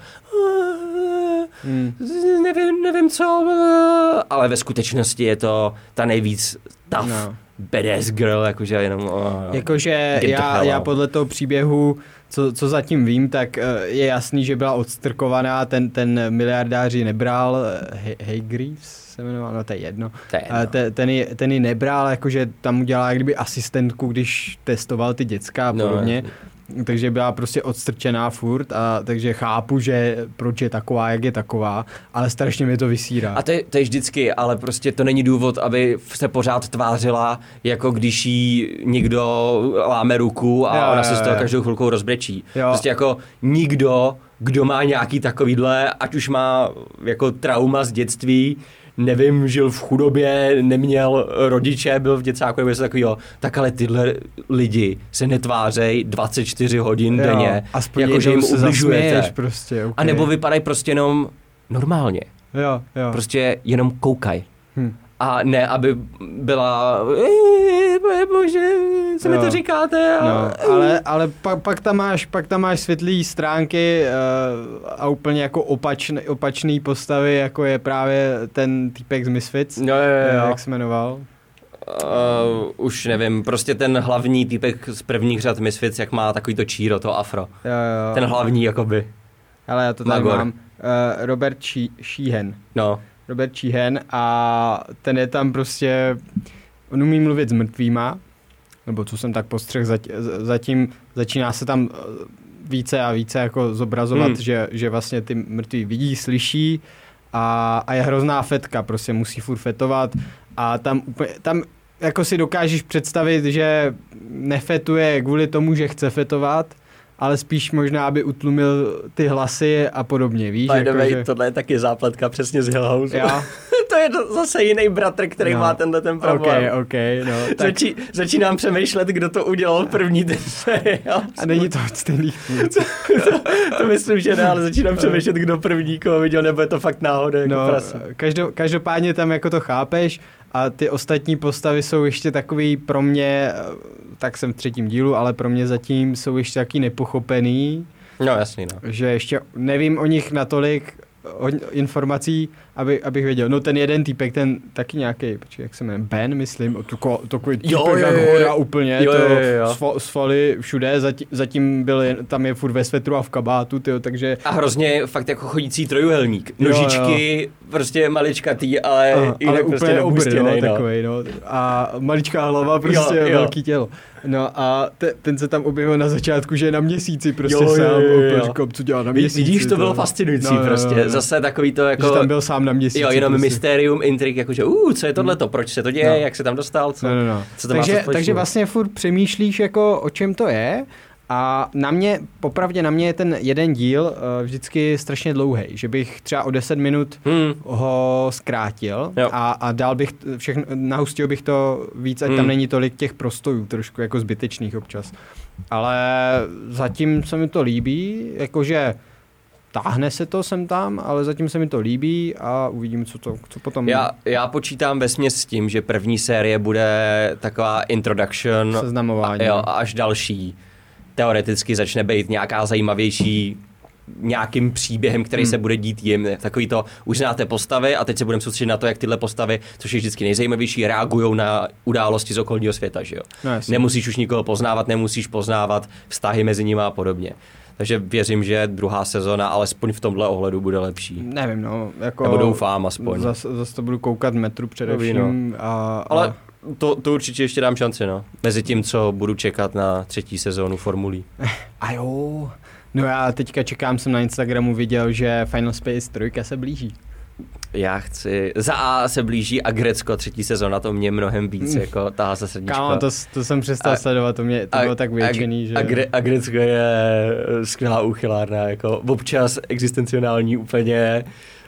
Hmm. Nevím, nevím co, ale ve skutečnosti je to ta nejvíc tough no. badass girl, jakože jenom... Oh, jakože já, já podle toho příběhu, co, co zatím vím, tak je jasný, že byla odstrkovaná, ten, ten miliardář ji nebral, Haygraves se jmenoval, no to je jedno. To je jedno. Ten, ten, ji, ten ji nebral, jakože tam udělala kdyby asistentku, když testoval ty děcka a podobně. No, takže byla prostě odstrčená furt a takže chápu, že proč je taková, jak je taková, ale strašně mi to vysírá. A to je, to je vždycky, ale prostě to není důvod, aby se pořád tvářila, jako když jí někdo láme ruku a jo, ona se z toho každou chvilkou rozbrečí. Jo. Prostě jako nikdo, kdo má nějaký takovýhle, ať už má jako trauma z dětství, nevím, žil v chudobě, neměl rodiče, byl v děcáku nebo něco takového, tak ale tyhle lidi se netvářejí dvacet čtyři hodin jo, denně, jako že jim ubližujete. Prostě, okay. A nebo vypadají prostě jenom normálně. Jo, jo. Prostě jenom koukaj. Hm. A ne, aby byla bože, co jo. mi to říkáte? A... No, ale ale pak, pak, tam máš, pak tam máš světlý stránky uh, a úplně jako opačný, opačný postavy, jako je právě ten týpek z Misfits, no, jo, jo. jak se jmenoval. Uh, už nevím, prostě ten hlavní týpek z prvních řad Misfits, jak má takový to číro, to afro. Jo, jo. Ten hlavní, jakoby. Ale já to tady Magor. mám. Uh, Robert Sheehan. No. Robert Sheehan a ten je tam prostě, on umí mluvit s mrtvýma, nebo co jsem tak postřeh, zatím začíná se tam více a více jako zobrazovat, hmm. že, že vlastně ty mrtví vidí, slyší a, a je hrozná fetka, prostě musí furt fetovat a tam úplně, tam jako si dokážeš představit, že nefetuje kvůli tomu, že chce fetovat, ale spíš možná, aby utlumil ty hlasy a podobně, víš? By jako, že... Tohle je taky zápletka přesně z Hill House. To je zase jiný bratr, který no. má tenhle ten problém. Ok, ok, no. Tak... Začí, začínám přemýšlet, kdo to udělal první ten seriál. A není to od stejných tvůrců. to, to myslím, že ne, ale začínám přemýšlet, kdo první koho viděl, nebo je to fakt náhoda. Jako no, každo, každopádně tam jako to chápeš a ty ostatní postavy jsou ještě takový pro mě, tak jsem v třetím dílu, ale pro mě zatím jsou ještě taky nepochopený. No jasný, no. Že ještě nevím o nich natolik o informací aby, abych věděl. No ten jeden týpek, ten taky nějaký, počkej, jak se jmenuje, Ben, myslím, to takový týpek jo, jak jo, hora úplně, jo, to jo, jo. Sval, svaly všude, zatím, zatím byl, jen, tam je furt ve svetru a v kabátu, tyjo, takže... A hrozně fakt jako chodící trojuhelník. Nožičky, jo, jo. prostě maličkatý, ale Aha, jinak ale prostě úplně obr, no, no. takovej, no. A maličká hlava, prostě jo, jo. velký tělo. No a te, ten se tam objevil na začátku, že je na měsíci, prostě jo, sám, jo, jo, jo. Říkám, co dělá na měsíci. Vidíš, to bylo fascinující no, prostě, no, no. Zase takový to jako... Že tam byl sám na měsíci. Jo, jenom prostě. Mysterium, intrik, jakože uh, co je tohleto, proč se to děje, no. jak se tam dostal, co, no, no, no. co to takže, má takže vlastně furt přemýšlíš, jako o čem to je. A na mě, popravdě na mě je ten jeden díl uh, vždycky strašně dlouhý, že bych třeba o deset minut hmm. ho zkrátil a, a dál bych všechno, nahustil bych to víc, ať hmm. tam není tolik těch prostojů, trošku jako zbytečných občas. Ale zatím se mi to líbí, jakože táhne se to sem tam, ale zatím se mi to líbí a uvidím, co to, co potom... Já, já počítám vesměs s tím, že první série bude taková introduction seznamování. A, jo, a až další teoreticky začne být nějaká zajímavější nějakým příběhem, který hmm. se bude dít jim. Takový to, už znáte postavy a teď se budeme soustředit na to, jak tyhle postavy, což je vždycky nejzajímavější, reagují na události z okolního světa, že jo. No, nemusíš už nikoho poznávat, nemusíš poznávat vztahy mezi nimi a podobně. Takže věřím, že druhá sezona alespoň v tomhle ohledu bude lepší. Nevím, no. Jako Nebo doufám aspoň. Zase zas to budu koukat metru především. No. A, a... Ale to, to určitě ještě dám šanci, no. Mezi tím, co budu čekat na třetí sezónu formulí. A jo. No já teďka čekám, jsem na Instagramu viděl, že Final Space tři se blíží. Já chci, za A se blíží a Grecko třetí sezóna, to mě mnohem víc, mm. jako tahá za srdíčko. Kámo, to, to jsem přestal a, sledovat, to, mě, to a, bylo tak věčený, a, že... A, Gre, a Grecko je skvělá úchylárna, jako občas existenciální úplně,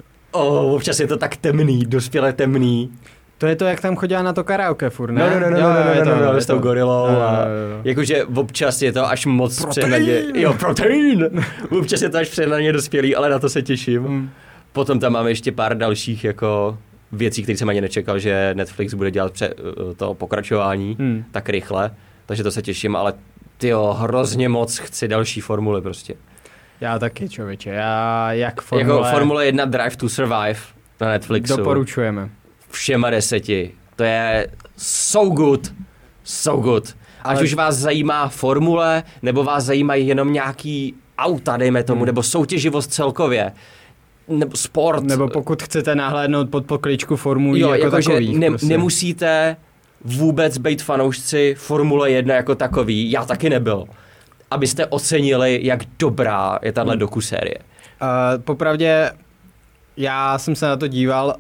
oh, občas je to tak temný, dospěle temný. To je to, jak tam chodila na to karaoke furt, ne? No, no, no, jo, no, no, je no, to, no, je s tou gorilou no, a no, no, no. jakože občas je to až moc protein. přehnaně, jo, protein, občas je to až přehnaně dospělý, ale na to se těším. Hmm. Potom tam máme ještě pár dalších jako věcí, které jsem ani nečekal, že Netflix bude dělat pře- to pokračování hmm. tak rychle, takže to se těším, ale tyjo, hrozně moc chci další formuly prostě. Já taky, člověče, já jak formule... Jako Formule jedna Drive to Survive na Netflixu. Doporučujeme. Všema deseti. To je so good, so good. Ať ale... už vás zajímá formule, nebo vás zajímají jenom nějaký auta, dejme tomu, hmm. nebo soutěživost celkově, nebo sport. Nebo pokud chcete nahlédnout pod pokličku formulí jo, jako, jako takových. Ne, prostě. Nemusíte vůbec být fanoušci Formule jedna jako takový, já taky nebyl, abyste ocenili, jak dobrá je tahle hmm. dokusérie. Uh, popravdě, já jsem se na to díval,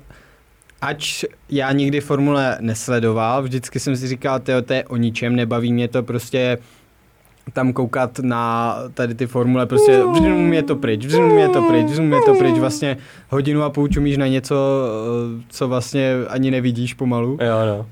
ač já nikdy formule nesledoval, vždycky jsem si říkal, tyjo, to je o ničem, nebaví mě to prostě tam koukat na tady ty formule, prostě vzum je to pryč, vzum je to pryč, vzum je to pryč, vlastně hodinu a půl čumíš na něco, co vlastně ani nevidíš pomalu. Jo, no.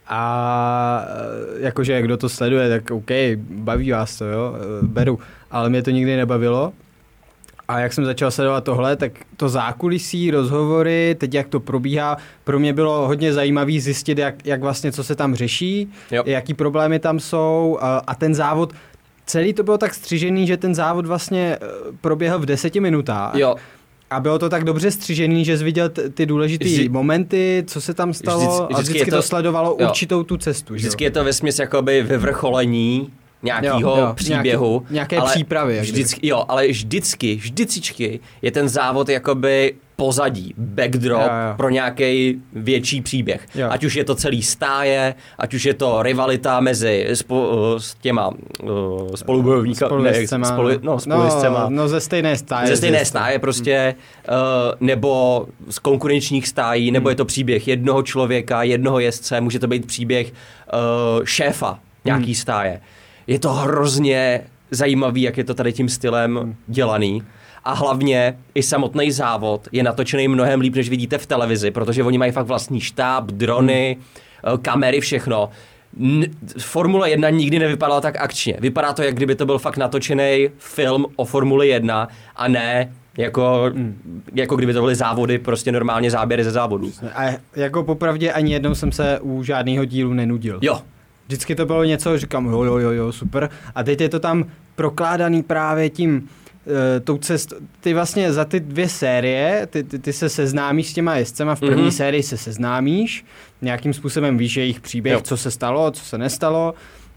A jakože kdo to sleduje, tak OK, baví vás to, jo, beru, ale mě to nikdy nebavilo. A jak jsem začal sledovat tohle, tak to zákulisí, rozhovory, teď jak to probíhá, pro mě bylo hodně zajímavý zjistit, jak, jak vlastně, co se tam řeší, jo. jaký problémy tam jsou a, a ten závod, celý to bylo tak střižený, že ten závod vlastně proběhl v deseti minutách. Jo. A bylo to tak dobře střižený, že jsi viděl t- ty důležité Vždy... momenty, co se tam stalo vždycky, a vždycky, vždycky to, to sledovalo jo. určitou tu cestu. Vždycky že? Je to vesměs jakoby vyvrcholení nějakého příběhu. Nějaké, nějaké přípravy. Vždycky, jo, ale vždycky, vždycky je ten závod jakoby pozadí, backdrop jo, jo. pro nějaký větší příběh. Jo. Ať už je to celý stáje, ať už je to rivalita mezi spo, s těma uh, spolubojovníky, spolujezdcema. Spolu, no, spolujezdcema. No, no ze stejné stáje. Ze stejné stáje prostě, hmm. uh, nebo z konkurenčních stájí, nebo hmm. je to příběh jednoho člověka, jednoho jezdce, může to být příběh uh, šéfa nějaký hmm. stáje. Je to hrozně zajímavý, jak je to tady tím stylem dělaný. A hlavně i samotný závod je natočený mnohem líp, než vidíte v televizi, protože oni mají fakt vlastní štáb, drony, hmm. kamery, všechno. N- Formule jedna nikdy nevypadala tak akčně. Vypadá to, jak kdyby to byl fakt natočený film o Formule jedna a ne jako, hmm. jako kdyby to byly závody, prostě normálně záběry ze závodů. A jako popravdě ani jednou jsem se u žádného dílu nenudil. Jo. Vždycky to bylo něco, říkám jo, jo, jo, jo, super. A teď je to tam prokládaný právě tím tou cest, ty vlastně za ty dvě série, ty, ty, ty se seznámíš s těma jezdcema, v první mm-hmm. sérii se seznámíš, nějakým způsobem víš jejich příběh, jo. co se stalo, co se nestalo,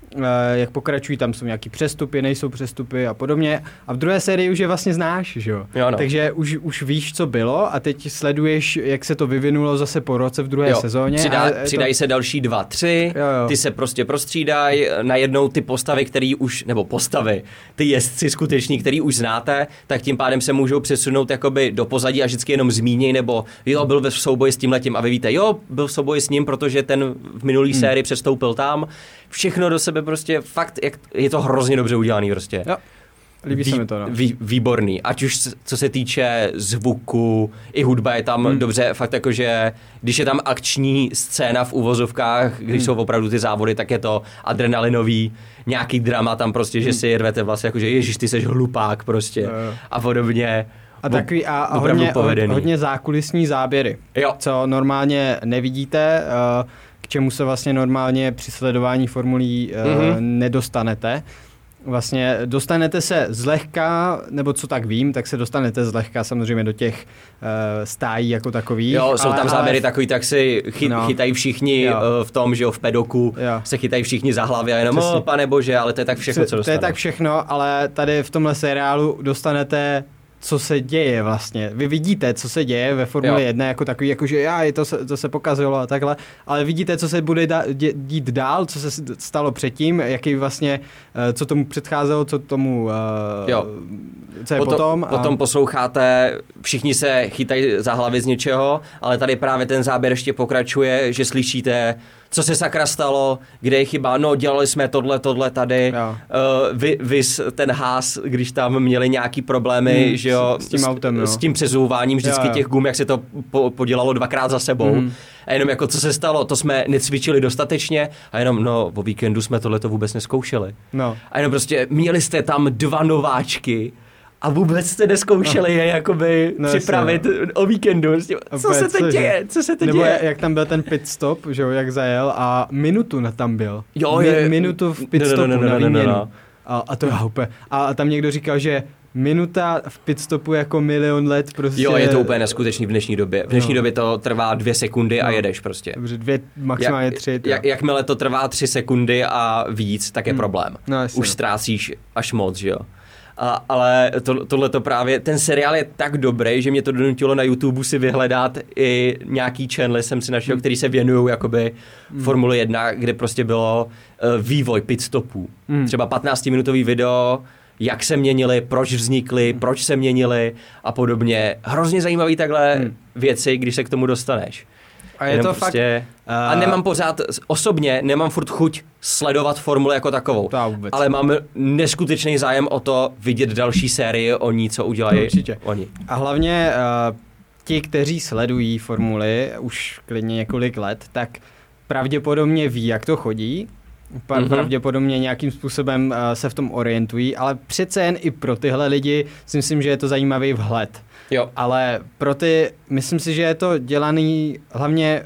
jak pokračují, tam jsou nějaký přestupy, nejsou přestupy a podobně. A v druhé sérii už je vlastně znáš, že jo? jo no. Takže už, už víš, co bylo a teď sleduješ, jak se to vyvinulo zase po roce v druhé jo. sezóně. Přidá, přidají to... se další dva, tři, jo, jo. ty se prostě prostřídají, najednou ty postavy, který už, nebo postavy, ty jezdci skuteční, který už znáte, tak tím pádem se můžou přesunout jakoby do pozadí a vždycky jenom zmíněj, nebo jo, byl v souboji s tímhletím a vy víte, jo, byl v souboji s ním, protože ten v minulý hmm. sérii přestoupil tam. Všechno do sebe prostě fakt, jak, je to hrozně dobře udělaný prostě. Jo, líbí Vý, se mi to, no. Vý, výborný, ať už co se týče zvuku, i hudba je tam hmm. dobře, fakt jakože, když je tam akční scéna v uvozovkách, když hmm. jsou opravdu ty závody, tak je to adrenalinový, nějaký drama tam prostě, že hmm. si rvete vlastně, jakože ježiš, ty seš hlupák prostě jo, jo. a podobně. A takový a, a hodně, hodně zákulisní záběry, jo. co normálně nevidíte, uh, k čemu se vlastně normálně při sledování formulí uh, mm-hmm. nedostanete. Vlastně dostanete se zlehka, nebo co tak vím, tak se dostanete zlehka samozřejmě do těch uh, stájí jako takových. Jo, jsou ale, tam záběry ale... takový, tak si chy, no. chytají všichni uh, v tom, že jo, v pedoku jo. se chytají všichni za hlavy a jenom, oh, pane bože, ale to je tak všechno, co dostanete. To je tak všechno, ale tady v tomhle seriálu dostanete co se děje vlastně. Vy vidíte, co se děje ve Formule jo. jedna jako takový, jakože já, je to, to se pokazilo a takhle, ale vidíte, co se bude dá, dě, dít dál, co se stalo předtím, jaký vlastně, co tomu předcházelo, co tomu, jo. co je potom. Potom, a... potom posloucháte, všichni se chytají za hlavy z něčeho, ale tady právě ten záběr ještě pokračuje, že slyšíte, co se sakra stalo, kde je chyba, no dělali jsme tohle, tohle tady, uh, vy, vys ten Haas, když tam měli nějaký problémy, hmm, že jo, s, s tím autem, s, s tím přezouváním vždycky jo, jo. těch gum, jak se to po, podělalo dvakrát za sebou. Hmm. A jenom jako co se stalo, to jsme necvičili dostatečně a jenom no o víkendu jsme tohleto vůbec neskoušeli. No. A jenom prostě měli jste tam dva nováčky a vůbec jste neskoušeli je jakoby no, připravit no. o víkendu. Co se teď děje? Co se teď Nebo děje? jak tam byl ten pit stop, že jo, jak zajel a minutu na tam byl. Jo, je, Mi, minutu v pit stopu no, no, no, na výměnu. No, no, no. A, a to je úplně. A tam někdo říkal, že minuta v pit stopu jako milion let prostě. Jo, je to úplně neskutečný v dnešní době. V dnešní no. době to trvá dvě sekundy no. a jedeš prostě. Dobře, dvě, maximálně jak, tři. Jak, jakmile to trvá tři sekundy a víc, tak je hmm. problém. No, jasně, Už ztrácíš až moc, že jo. A, ale to, tohleto právě, ten seriál je tak dobrý, že mě to donutilo na YouTube si vyhledat i nějaký channely jsem si našel, hmm. který se věnují jakoby hmm. Formule jedna, kde prostě bylo uh, vývoj pitstopů. Hmm. Třeba patnáctiminutový video, jak se měnili, proč vznikly, hmm. proč se měnili a podobně. Hrozně zajímavý takhle hmm. věci, když se k tomu dostaneš. A je to prostě, fakt... Uh... A nemám pořád, osobně nemám furt chuť sledovat formuli jako takovou. Ale mám neskutečný zájem o to vidět další sérii o ní, co udělají Určitě. oni. A hlavně uh, ti, kteří sledují formuly už klidně několik let, tak pravděpodobně ví, jak to chodí. Mm-hmm. Pravděpodobně nějakým způsobem uh, se v tom orientují, ale přece jen i pro tyhle lidi si myslím, že je to zajímavý vhled. Jo. Ale pro ty, myslím si, že je to dělaný hlavně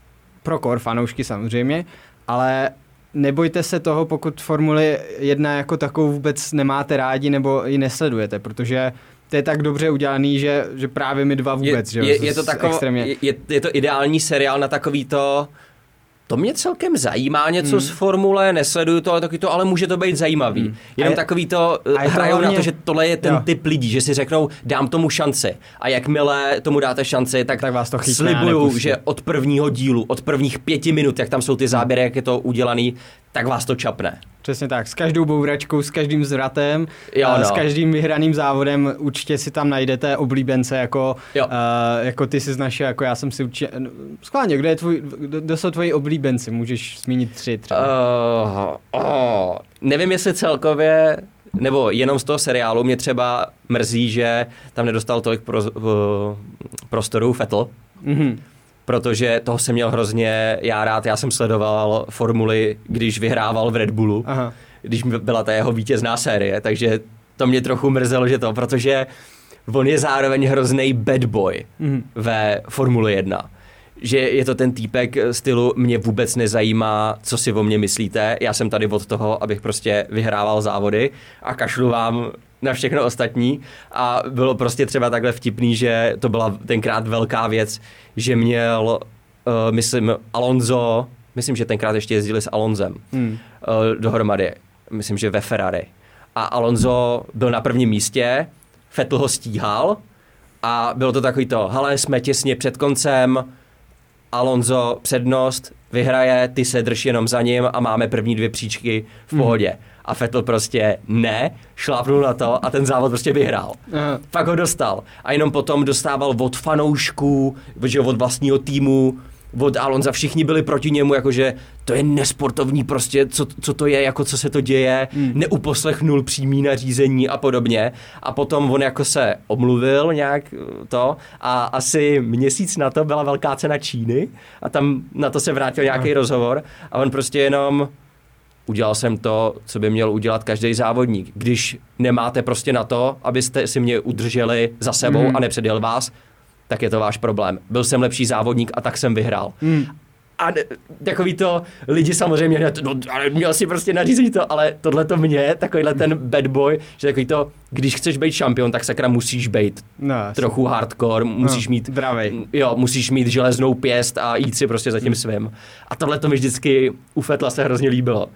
pro core fanoušky samozřejmě, ale nebojte se toho, pokud Formuli jedna jako takovou vůbec nemáte rádi nebo ji nesledujete, protože to je tak dobře udělaný, že, že právě my dva vůbec. Je, že? je, je, to tako, extrémně... je, je to ideální seriál na takový to... To mě celkem zajímá něco hmm. z formule, nesleduju to, ale taky to, ale může to být zajímavý. Hmm. Jenom je, takový to hrajou hlavně, na to, že tohle je ten jo. typ lidí, že si řeknou, dám tomu šanci. A jakmile tomu dáte šanci, tak, tak vás to chytne, slibuju, že od prvního dílu, od prvních pěti minut, jak tam jsou ty záběry, jak je to udělaný, tak vás to čapne. Přesně tak, s každou bouračkou, s každým zvratem, jo, no. s každým vyhraným závodem určitě si tam najdete oblíbence, jako, uh, jako ty si znaš, jako já jsem si určitě... Schválně, kdo, je tvůj, kdo, kdo jsou tvoji oblíbenci? Můžeš zmínit tři třeba. Uh, oh, nevím, jestli celkově, nebo jenom z toho seriálu mě třeba mrzí, že tam nedostal tolik pro, uh, prostoru Vettel. Mhm. Protože toho jsem měl hrozně já rád. Já jsem sledoval formuli, když vyhrával v Red Bullu, Aha. když byla ta jeho vítězná série, takže to mě trochu mrzelo, že to, protože on je zároveň hrozný bad boy mm. ve Formuli jedna. Že je to ten týpek stylu, mě vůbec nezajímá, co si o mě myslíte, já jsem tady od toho, abych prostě vyhrával závody a kašlu vám na všechno ostatní a bylo prostě třeba takhle vtipný, že to byla tenkrát velká věc, že měl, uh, myslím, Alonso, myslím, že tenkrát ještě jezdili s Alonzem hmm. uh, dohromady, myslím, že ve Ferrari. A Alonso byl na prvním místě, Vettel ho stíhal a bylo to takový to, hele, jsme těsně před koncem, Alonso přednost, vyhraje, ty se drž jenom za ním a máme první dvě příčky v pohodě. Hmm. A Vettel prostě ne, šlápnul na to a ten závod prostě vyhrál. Aha. Fakt ho dostal. A jenom potom dostával od fanoušků, od vlastního týmu, od Alonza, všichni byli proti němu, jakože to je nesportovní prostě, co, co to je, jako co se to děje, hmm. neuposlechnul přímý nařízení a podobně. A potom on jako se omluvil nějak to a asi měsíc na to byla velká cena Číny a tam na to se vrátil nějaký hmm. rozhovor a on prostě jenom udělal jsem to, co by měl udělat každý závodník. Když nemáte prostě na to, abyste si mě udrželi za sebou hmm. a nepředjel vás, tak je to váš problém. Byl jsem lepší závodník a tak jsem vyhrál. Hmm. A takový to lidi samozřejmě, no, ale měl si prostě nařízení to, ale tohle to mě, takovýhle ten bad boy, že takový to, když chceš být šampion, tak sakra musíš být no, trochu hardcore, musíš no, mít dravej. Jo, musíš mít železnou pěst a jít si prostě za tím svým. A tohle to mi vždycky u Vettela se hrozně líbilo.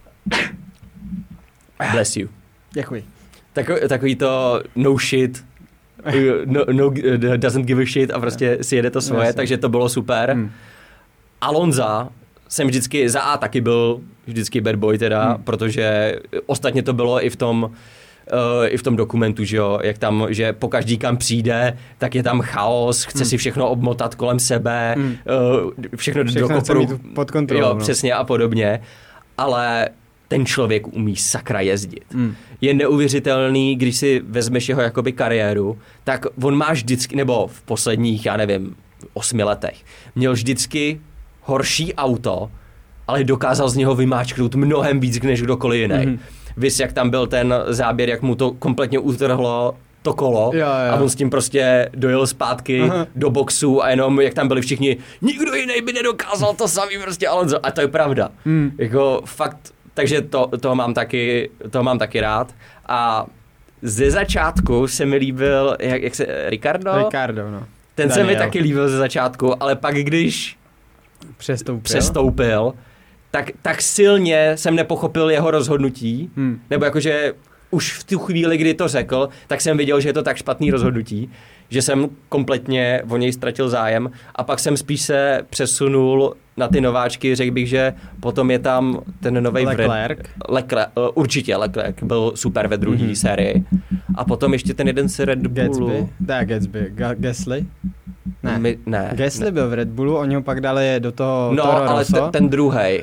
Bless you. Děkuji. Takový, takový to no shit, no, no doesn't give a shit a prostě si jede to svoje, Jasně. takže to bylo super. Hmm. Alonza jsem vždycky, za A taky byl vždycky bad boy teda, hmm. protože ostatně to bylo i v tom uh, i v tom dokumentu, že jo, jak tam, že pokaždý kam přijde, tak je tam chaos, chce hmm. si všechno obmotat kolem sebe, hmm. uh, všechno, všechno do kopru, pod kontrolou. Jo, no. přesně a podobně, ale ten člověk umí sakra jezdit. Hmm. Je neuvěřitelný, když si vezmeš jeho jakoby kariéru, tak on má vždycky, nebo v posledních, já nevím, osmi letech, měl vždycky horší auto, ale dokázal z něho vymáčknout mnohem víc, než kdokoliv jiný. Hmm. Víš, jak tam byl ten záběr, jak mu to kompletně utrhlo to kolo jo, jo. a on s tím prostě dojel zpátky Aha. do boxu a jenom jak tam byli všichni, nikdo jiný by nedokázal to samý prostě Alonso. A to je pravda. Hmm. Jako fakt. Takže to, to, mám taky, to mám taky rád. A ze začátku se mi líbil, jak, jak se, Ricardo? Ricardo, no. Ten Daniel. se mi taky líbil ze začátku, ale pak když přestoupil, přestoupil tak, tak silně jsem nepochopil jeho rozhodnutí. Hmm. Nebo jakože už v tu chvíli, kdy to řekl, tak jsem viděl, že je to tak špatný rozhodnutí, že jsem kompletně o něj ztratil zájem a pak jsem spíš se přesunul na ty nováčky, řekl bych, že potom je tam ten novej Leclerc. Leclerc, určitě Leclerc byl super ve druhé mm-hmm. sérii. A potom ještě ten jeden z Red Bullu. Gatsby, ne Gatsby, Ga- Gasly? Ne. My, ne. Gasly ne. byl v Red Bullu, oni ho pak dali do toho No, Toro ale Rosso. ten, ten druhej.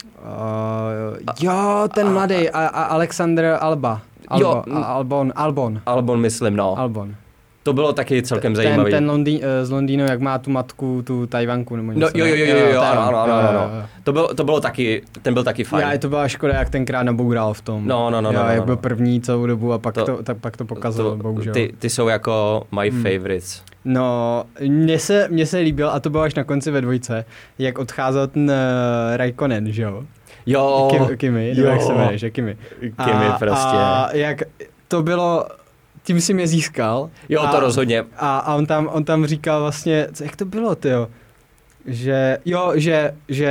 Uh, jo, ten a, mladý, a, a Alexander Alba. Albo, jo, a, Albon, Albon. Albon, myslím, no. Albon. To bylo taky celkem ten, zajímavý. Ten Londýn, z Londýna, jak má tu matku, tu Tajvanku nebo něco. No, jo, jo, jo, jo, jo, ano, ano, ano, ano. To bylo, to bylo taky, ten byl taky fajn. Já, to byla škoda, jak tenkrát naboural v tom. No, no, no, jo, no, no, jak no. byl první celou dobu a pak to, to, tak, pak to pokazalo, to, bohužel. Ty, ty jsou jako my hmm. favorites. No, mně se, mně se líbil, a to bylo až na konci ve dvojce, jak odcházel ten uh, Raikkonen, že jo? Jo. Kim, Kimi, jo. Jak se jmenuje, že Kimi. Kimi a, prostě. A jak to bylo, tím si mě získal. Jo, a, to rozhodně. A, a on, tam, on tam říkal vlastně, co, jak to bylo, tyjo? Že, jo, že, že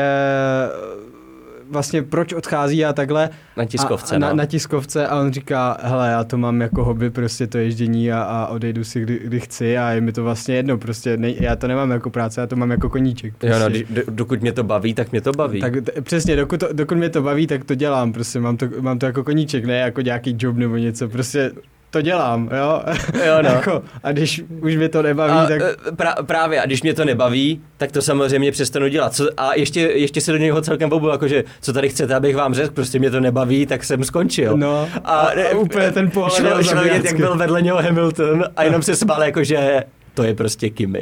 vlastně proč odchází a takhle. Na tiskovce, a, no. na, na tiskovce a on říká, hele, já to mám jako hobby, prostě to ježdění a, a odejdu si, kdy, kdy chci a je mi to vlastně jedno, prostě ne, já to nemám jako práce, já to mám jako koníček. Prostě. Jo, no, do, dokud mě to baví, tak mě to baví. Tak t- přesně, dokud, to, dokud mě to baví, tak to dělám, prostě mám to, mám to jako koníček, ne jako nějaký job nebo něco, prostě to dělám, jo? Jo, no. Jako, a když už mě to nebaví, a, tak... Pra, právě, a když mě to nebaví, tak to samozřejmě přestanu dělat. Co, a ještě, ještě se do něho celkem bobu, jakože, co tady chcete, abych vám řekl, prostě mě to nebaví, tak jsem skončil. No, a, a, a úplně ten pohled šlo, šlo vidět, jak byl vedle něho Hamilton a jenom se smál, jakože to je prostě Kimi.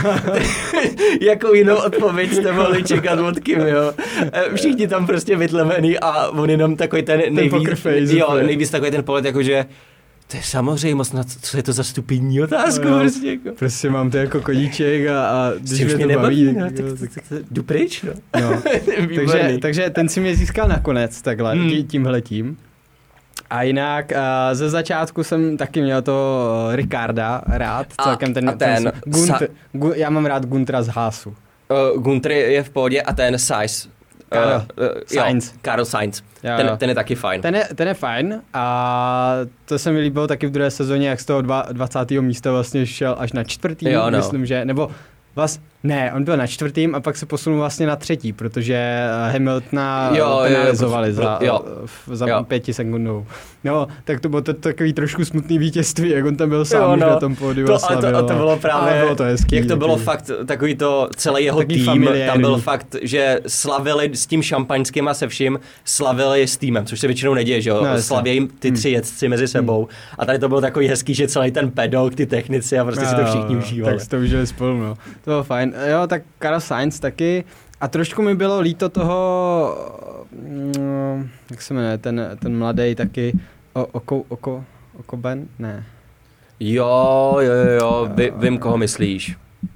Jakou jinou odpověď jste mohli čekat od Kimiho. Všichni tam prostě vytlevený a on jenom takový ten nejvíc, ten face, jo, nejvíc takový ten pohled, jakože to je samozřejmost, co je to za stupidní otázku. No, prostě, jako. prostě mám to jako koníček a, a když mě to nebaví, baví, no, tak, tak, jo, tak, tak, tak jdu pryč. No. No. takže, takže ten si mě získal nakonec takhle, hmm. tímhletím. A jinak uh, ze začátku jsem taky měl to uh, Ricarda rád, a, celkem ten, a ten, ten Gunther, sa- Gu, já mám rád Guntra z Haasu. Uh, Gunther je v pohodě a ten Sainz. Karl uh, uh, Sainz. Jo, Karl Sainz. Jo, ten, jo. ten je taky fajn. Ten je, ten je fajn a to se mi líbilo taky v druhé sezóně, jak z toho dvacátého místa vlastně šel až na čtvrtý, jo, no. myslím, že, nebo vlastně, ne, on byl na čtvrtým a pak se posunul vlastně na třetí, protože Hamiltona penalizovali za, jo. za jo. pěti sekundou. No, tak to bylo to, takový trošku smutný vítězství, jak on tam byl sám jo, no. na tom pódiu to, a slavil. A to, a to bylo právě, bylo to hezký, jak to bylo takový. fakt, takový to, celý jeho Takový tým, familiární. tam byl fakt, že slavili s tím šampaňským a se vším, slavili s týmem, což se většinou neděje, že jo, no, slavějí ty tři jezdci mezi sebou hmm. a tady to bylo takový hezký, že celý ten pedok, ty technici a prostě no, si to všichni užívali. Tak si to užili spolu, no. To bylo fajn. Jo, tak Carl Sainz taky. A trošku mi bylo líto toho, mm, jak se jmenuje, ten, ten mladý taky, o, oko, oko, Okoben? Ne. Jo, jo, jo, jo. Vy, vím, koho myslíš.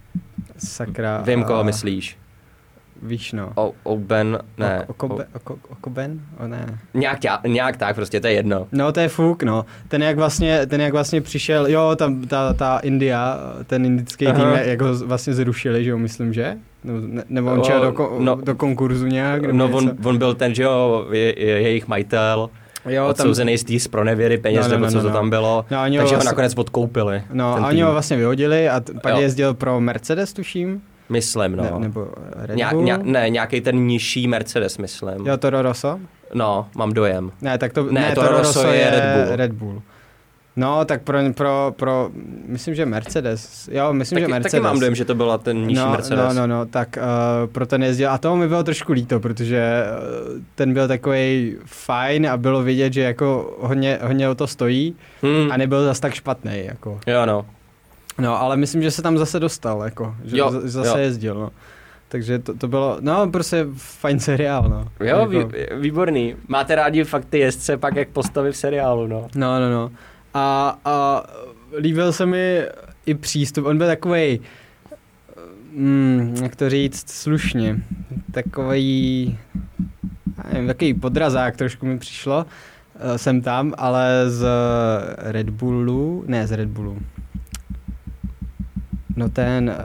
Sakra. Vím, koho a, myslíš. Víš, no. O, Oben, ne. O, okobe, oko, okoben? O, ne. Nějak, nějak tak, prostě, to je jedno. No, to je fuk, no. Ten jak vlastně, ten jak vlastně přišel, jo, tam ta, ta India, ten indický Aha. tým, jak ho vlastně zrušili, že jo, myslím, že? Ne, nebo on O, šel do, ko, no, do konkurzu nějak? No, on, on byl ten, že jo, je, je, jejich majitel. Jo, odsouzený z té zpronevěry peněz, no, no, nebo co no, no, to tam bylo, no, takže ho, vlastně, ho nakonec odkoupili. No a oni ho vlastně vyhodili a t- pak jo. jezdil pro Mercedes, tuším. Myslím, no. Ne, nebo Red Ně, Bull? ně, ne, nějaký ten nižší Mercedes, myslím. Jo, Toro Rosso? No, mám dojem. Ne, tak to, ne, ne Toro, Toro Rosso je Red Bull. Red Bull. No, tak pro, pro, pro, myslím, že Mercedes, jo, myslím, taky, že Mercedes. Taky mám dojem, že to byla ten nižší no, Mercedes. No, no, no, tak uh, pro ten jezdil, a toho mi bylo trošku líto, protože uh, ten byl takovej fajn a bylo vidět, že jako hodně, hodně o to stojí hmm. a nebyl zas tak špatnej, jako. Jo, no. No, ale myslím, že se tam zase dostal, jako, že jo, z- zase jo. jezdil, no. Takže to, to bylo, no, prostě fajn seriál, no. Jo, jako, vý, výborný. Máte rádi fakt ty jezdce pak jak postavy v seriálu, no. No, no, no. A, a líbil se mi i přístup, on byl takovej, mm, jak to říct slušně, takovej, nevím, takový podrazák trošku mi přišlo, jsem tam, ale z Red Bullu, ne z Red Bullu, no ten,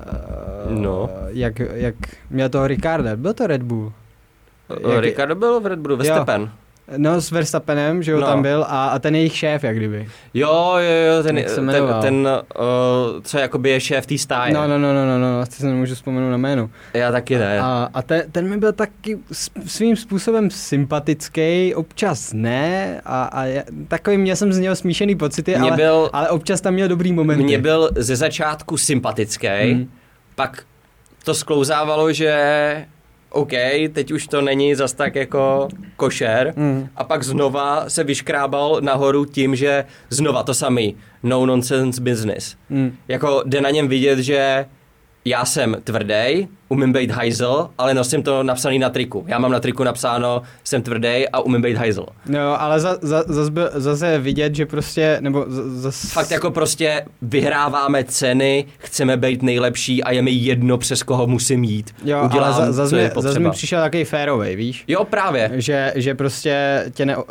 no. jak, jak měl toho Ricarda, byl to Red Bull. Jak, Ricardo byl v Red Bullu, Verstappen. No s Verstappenem, že jo, no. tam byl a, a ten jejich šéf, jak kdyby. Jo, jo, jo, ten, ten, ten uh, co jakoby je šéf té stáje. No, no, no, no, no, no, se nemůžu vzpomenout na jméno. Já taky ne. A, a ten, ten mi byl taky svým způsobem sympatický, občas ne, a, a já, takový měl jsem z něho smíšený pocity, ale, byl, ale občas tam měl dobrý momenty. Mně byl ze začátku sympatický, hmm. pak to sklouzávalo, že OK, teď už to není zas tak jako košer mm. a pak znova se vyškrábal nahoru tím, že znova to samý no nonsense business. Mm. Jako jde na něm vidět, že já jsem tvrdý, umím být hajzl, ale nosím to napsaný na triku. Já mám na triku napsáno, jsem tvrdý a umím být hajzl. No, ale za, za, zase, zase vidět, že prostě, nebo zase... Fakt jako prostě vyhráváme ceny, chceme být nejlepší a je mi jedno, přes koho musím jít. Jo, udělám, ale zase mi, zase mi přišel takový férovej, víš? Jo, právě. Že, že prostě tě ne,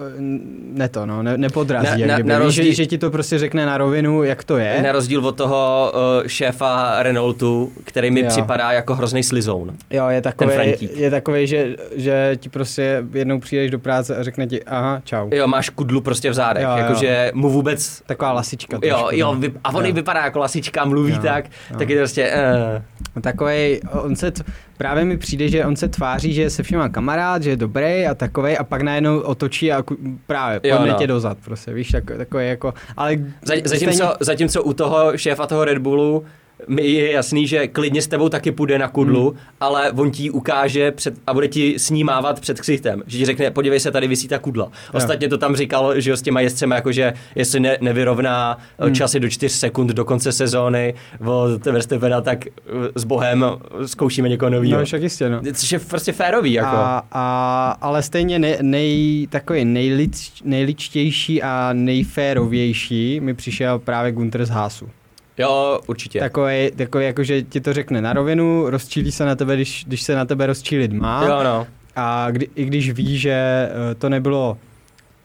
ne to, no, ne, nepodrazí, na, jak na, kdyby, na rozdíl, že, že ti to prostě řekne na rovinu, jak to je. Na rozdíl od toho uh, šéfa Renaultu, který mi jo. připadá jako hrozný slizoun. Jo, je takový, je takový, že, že ti prostě jednou přijdeš do práce a řekne ti aha, čau. Jo, máš kudlu prostě v zádech, jakože mu vůbec... Taková lasička. Jo, trošku, jo, vy, a on jo. vypadá jako lasička, mluví jo, tak, jo. tak je to prostě... Uh. Takovej, on se, t- právě mi přijde, že on se tváří, že je se všema kamarád, že je dobrý a takovej a pak najednou otočí a ku, právě podne no. tě dozad, prostě, víš, tak, takový jako... Ale zatímco, stejně... zatímco u toho šéfa toho Red Bullu mi je jasný, že klidně s tebou taky půjde na kudlu, hmm. ale on ti ukáže před, a bude ti snímávat před ksichtem. Že ti řekne, podívej se, tady visí ta kudla. Ostatně to tam říkal, že s těma jezdcema, jakože jestli ne, nevyrovná hmm. časy do čtyř sekund do konce sezóny od Verstappena, tak s Bohem zkoušíme někoho novýho. No, však jistě, no. Což je prostě férový, jako. A, a, ale stejně nej, nej, takový nejlič, nejličtější a nejférovější mi přišel právě Gunther z Haasu. Jo, určitě. Takový, takový jako, že ti to řekne na rovinu, rozčílí se na tebe, když, když se na tebe rozčílit má. Jo, no. A kdy, i když ví, že to nebylo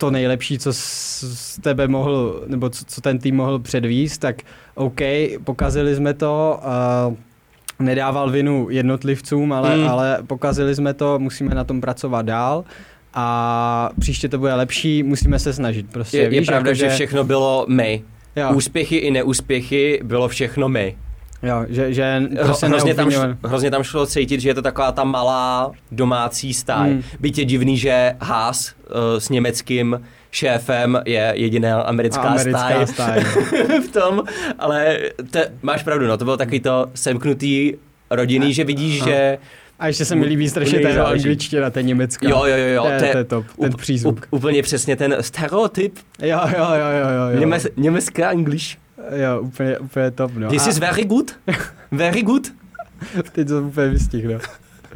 to nejlepší, co z tebe mohl, nebo co, co ten tým mohl předvíst, tak OK, pokazili jsme to, uh, nedával vinu jednotlivcům, ale, mm. ale pokazili jsme to, musíme na tom pracovat dál a příště to bude lepší, musíme se snažit. Prostě, je, víš, je pravda, jako, že všechno bylo my. Jo. Úspěchy i neúspěchy bylo všechno my. Jo, že, že prostě hrozně, tam šlo, hrozně tam šlo cítit, že je to taková ta malá domácí stáj. Hmm. Byť je divný, že Haas uh, s německým šéfem je jediná americká, americká stáj, stáj v tom, ale te, máš pravdu, no, to bylo takový to semknutý rodinný, a, že vidíš, a. že a ještě se mi líbí strašně ta jeho angličtina, ten německá. Jo, jo, jo. To je top, ten přízvuk. Up, úplně přesně ten stereotyp. Jo, jo, jo, jo. jo. Němec, německá angliš. Jo, úplně, úplně top, no. This a... is very good. Very good. Teď to úplně vystihl, no.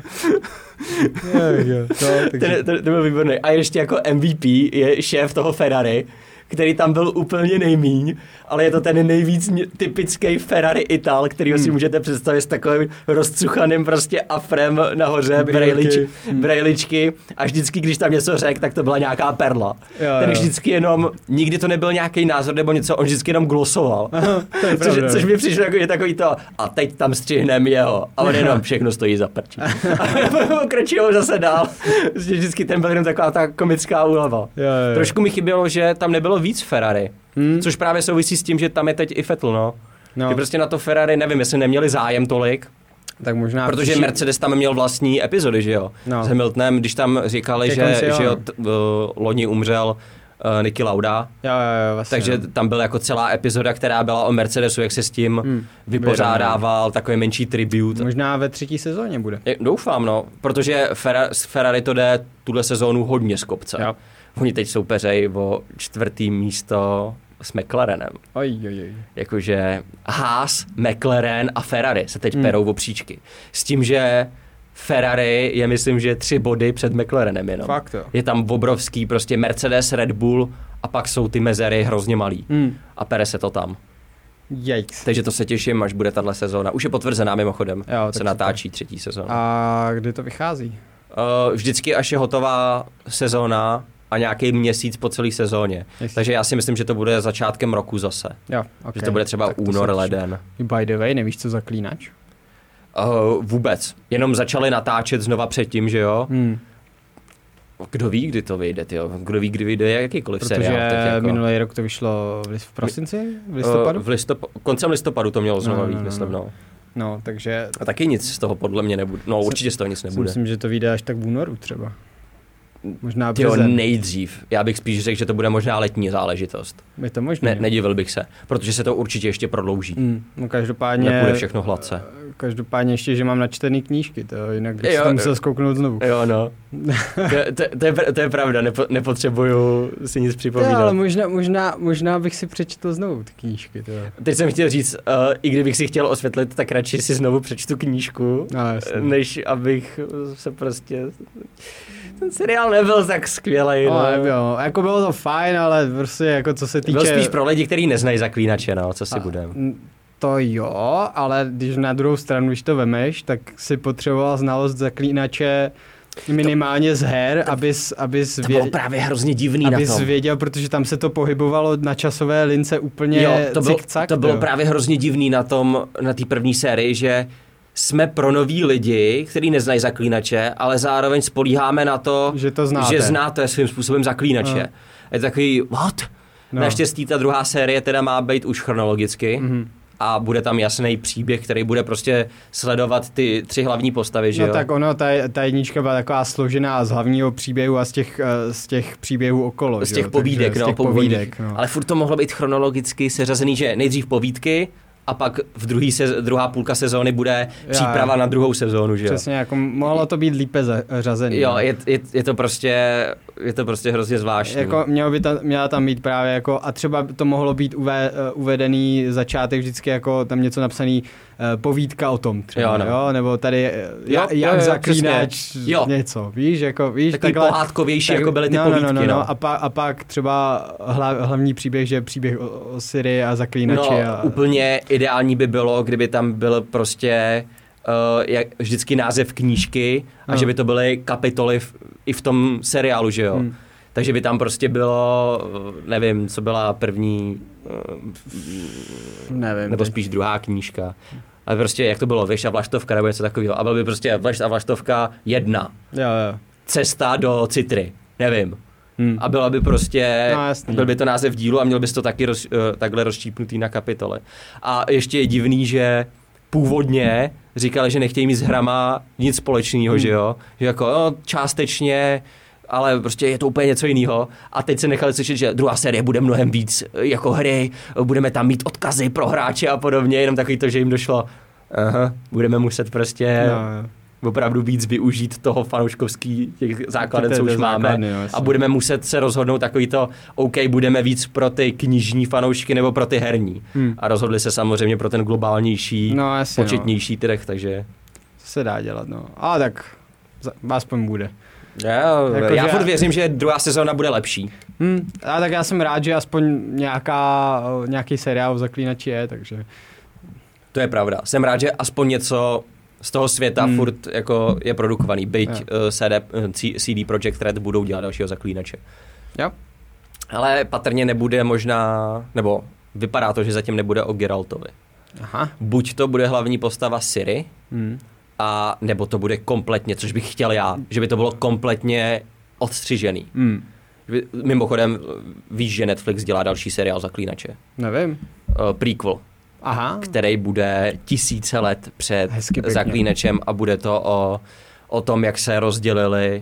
jo, jo, to, takže... ten, ten, ten byl výborný. A ještě jako M V P je šéf toho Ferrari, který tam byl úplně nejmíň, ale je to ten nejvíc typický Ferrari Ital, který hmm. si můžete představit s takovým rozcuchaným prostě afrem nahoře, brejlič, hmm. brejličky a vždycky, když tam něco řekl, tak to byla nějaká perla. Jo, ten vždycky jenom, nikdy to nebyl nějaký názor nebo něco, on vždycky jenom glosoval. Aha, což, což mi přišlo jako je takový to, a teď tam střihnem jeho, a on jenom všechno stojí za prčí. A pokračují zase dál. Vždycky ten byl jenom taková ta komická úleva. Jo, jo. Trošku mi chybělo, že tam nebylo víc Ferrari, hmm. což právě souvisí s tím, že tam je teď i Vettel, no. no. Že prostě na to Ferrari, nevím, jestli neměli zájem tolik, tak možná protože příště... Mercedes tam měl vlastní epizody, že jo, no. s Hamiltonem, když tam říkali, že, že jo, t, uh, loni umřel uh, Niki Lauda, jo, jo, jo, vlastně, takže jo. tam byla jako celá epizoda, která byla o Mercedesu, jak se s tím hmm. vypořádával, takový menší tribut. Možná ve třetí sezóně bude. Je, doufám, no, protože Ferra, s Ferrari to jde tuhle sezónu hodně z kopce. Jo. Oni teď soupeřejí o čtvrtý místo s McLarenem. Oj, oj, oj. Jakože Haas, McLaren a Ferrari se teď hmm. perou o příčky. S tím, že Ferrari je, myslím, že tři body před McLarenem jenom. Fakt jo. Je tam obrovský prostě Mercedes, Red Bull a pak jsou ty mezery hrozně malý. Hmm. A pere se to tam. Yikes. Takže to se těším, až bude tahle sezóna. Už je potvrzená mimochodem. Jo, se natáčí třetí sezóna. A kdy to vychází? Uh, vždycky, až je hotová sezóna a nějaký měsíc po celé sezóně. Jestli. Takže já si myslím, že to bude začátkem roku zase. Jo, okay. Že to bude třeba tak únor, leden. By the way, nevíš, co Zaklínač? Uh, vůbec. Jenom začali natáčet znova předtím, že jo? Hmm. Kdo ví, kdy to vyjde, tyjo? Kdo ví, kdy vyjde jakýkoliv Protože seriál. Protože jako... minulý rok to vyšlo v, v prosinci? V listopadu? Uh, v listop... Koncem listopadu to mělo znova no, být, no, no, myslím, no. No, takže... A taky nic z toho podle mě nebude. No, určitě z toho nic nebude. Myslím, že to vyjde až tak v únoru třeba. Možná březen. Jo, nejdřív. Já bych spíš řekl, že to bude možná letní záležitost. Je to možné. Ne, nedivil bych se, protože se to určitě ještě prodlouží. Mm, no každopádně... Nebude všechno hladce. Každopádně ještě, že mám načtený knížky, to jinak bych jo, si to musel zkouknout znovu. Jo, no. to, to, to, je, to je pravda, nepo, nepotřebuju si nic připomínat. Jo, ale možná, možná, možná bych si přečetl znovu ty knížky. To. Teď jsem chtěl říct, uh, i kdybych si chtěl osvětlit, tak radši si znovu přečtu knížku, no, než abych se prostě... Ten seriál nebyl tak skvělej. No, no. Nebyl. Jako bylo to fajn, ale prostě jako co se týče... Byl spíš pro lidi, kteří neznají Zaklínače, no, co si budem. To jo, ale když na druhou stranu, když to vemeš, tak si potřeboval znalost Zaklínače minimálně to, z her, abys, abys to bylo právě hrozně divný abys na tom. věděl, protože tam se to pohybovalo na časové lince úplně jo, to byl, cik-cak. To bylo jo. právě hrozně divný na tom, na té první sérii, že jsme pro nový lidi, kteří neznají Zaklínače, ale zároveň spolíháme na to, že, to znáte. že znáte svým způsobem Zaklínače. No. Je takový, what? No. Naštěstí ta druhá série teda má být už chronologicky. Mm-hmm. A bude tam jasný příběh, který bude prostě sledovat ty tři hlavní postavy, že no jo? tak ono, ta, ta jednička byla taková složená z hlavního příběhu a z těch, z těch příběhů okolo. Z těch jo? povídek, Takže, no. Z těch povídek, no. Ale furt to mohlo být chronologicky seřazený, že nejdřív povídky, a pak v druhý se, druhá půlka sezóny bude příprava já, na druhou sezónu, že jo? Přesně, jako mohlo to být lípe zařazený. Jo, je, je, je, to prostě, je to prostě hrozně zvláštní. Jako mělo by tam, měla tam být právě jako, a třeba to mohlo být uve, uvedený začátek vždycky jako tam něco napsaný uh, povídka o tom třeba, jo, no. jo? Nebo tady jo, jak jo, jo, Zaklínač jo. něco, víš, jako víš. Takový takhle, pohádkovější, tak, jako byly ty no, povídky, no, no, no, no. no. A, pa, a pak třeba hla, hlavní příběh, že příběh o, o Siri a Zaklínači. No, a, úplně ideální by bylo, kdyby tam byl prostě uh, jak, vždycky název knížky a no. že by to byly kapitoly v, i v tom seriálu, že jo. Hmm. Takže by tam prostě bylo, nevím, co byla první, nevím, nebo teď. spíš druhá knížka. Ale prostě, jak to bylo, Vyš a Vlaštovka nebo něco takového. A byl by prostě Vyš a Vlaštovka jedna. Jo, jo. Cesta do Citry, nevím. Hmm. A byla by prostě, no, jasný, byl by to název dílu a měl bys to taky roz, uh, takhle rozštípnutý na kapitole. A ještě je divný, že původně říkali, že nechtějí mít s hrama nic společného, hmm. že jo? Že jako no, částečně, ale prostě je to úplně něco jiného. A teď se nechali slyšet, že druhá série bude mnohem víc jako hry, budeme tam mít odkazy pro hráče a podobně, jenom takový to, že jim došlo, aha, budeme muset prostě no, opravdu víc využít toho fanouškovský těch základen, co už máme. Základny, no, a budeme muset se rozhodnout takový to, OK, budeme víc pro ty knižní fanoušky nebo pro ty herní. Hmm. A rozhodli se samozřejmě pro ten globálnější, no, jasně, početnější no. trh, takže... Co se dá dělat, no. Ale tak aspoň bude. Já, jako, já furt věřím, že druhá sezóna bude lepší. Hmm, a tak já jsem rád, že aspoň nějaká, nějaký seriál o Zaklínači je, takže... To je pravda. Jsem rád, že aspoň něco z toho světa hmm. furt jako je produkovaný. Byť uh, C D, C D Projekt Red budou dělat dalšího Zaklínače. Jo. Ale patrně nebude možná, nebo vypadá to, že zatím nebude o Geraltovi. Aha. Buď to bude hlavní postava Ciri, hmm. a nebo to bude kompletně, což bych chtěl já, že by to bylo kompletně odstřižený. Hmm. Mimochodem, víš, že Netflix dělá další seriál Zaklínače? Nevím. Uh, prequel. Aha. Který bude tisíce let před Zaklínačem a bude to o, o tom, jak se rozdělili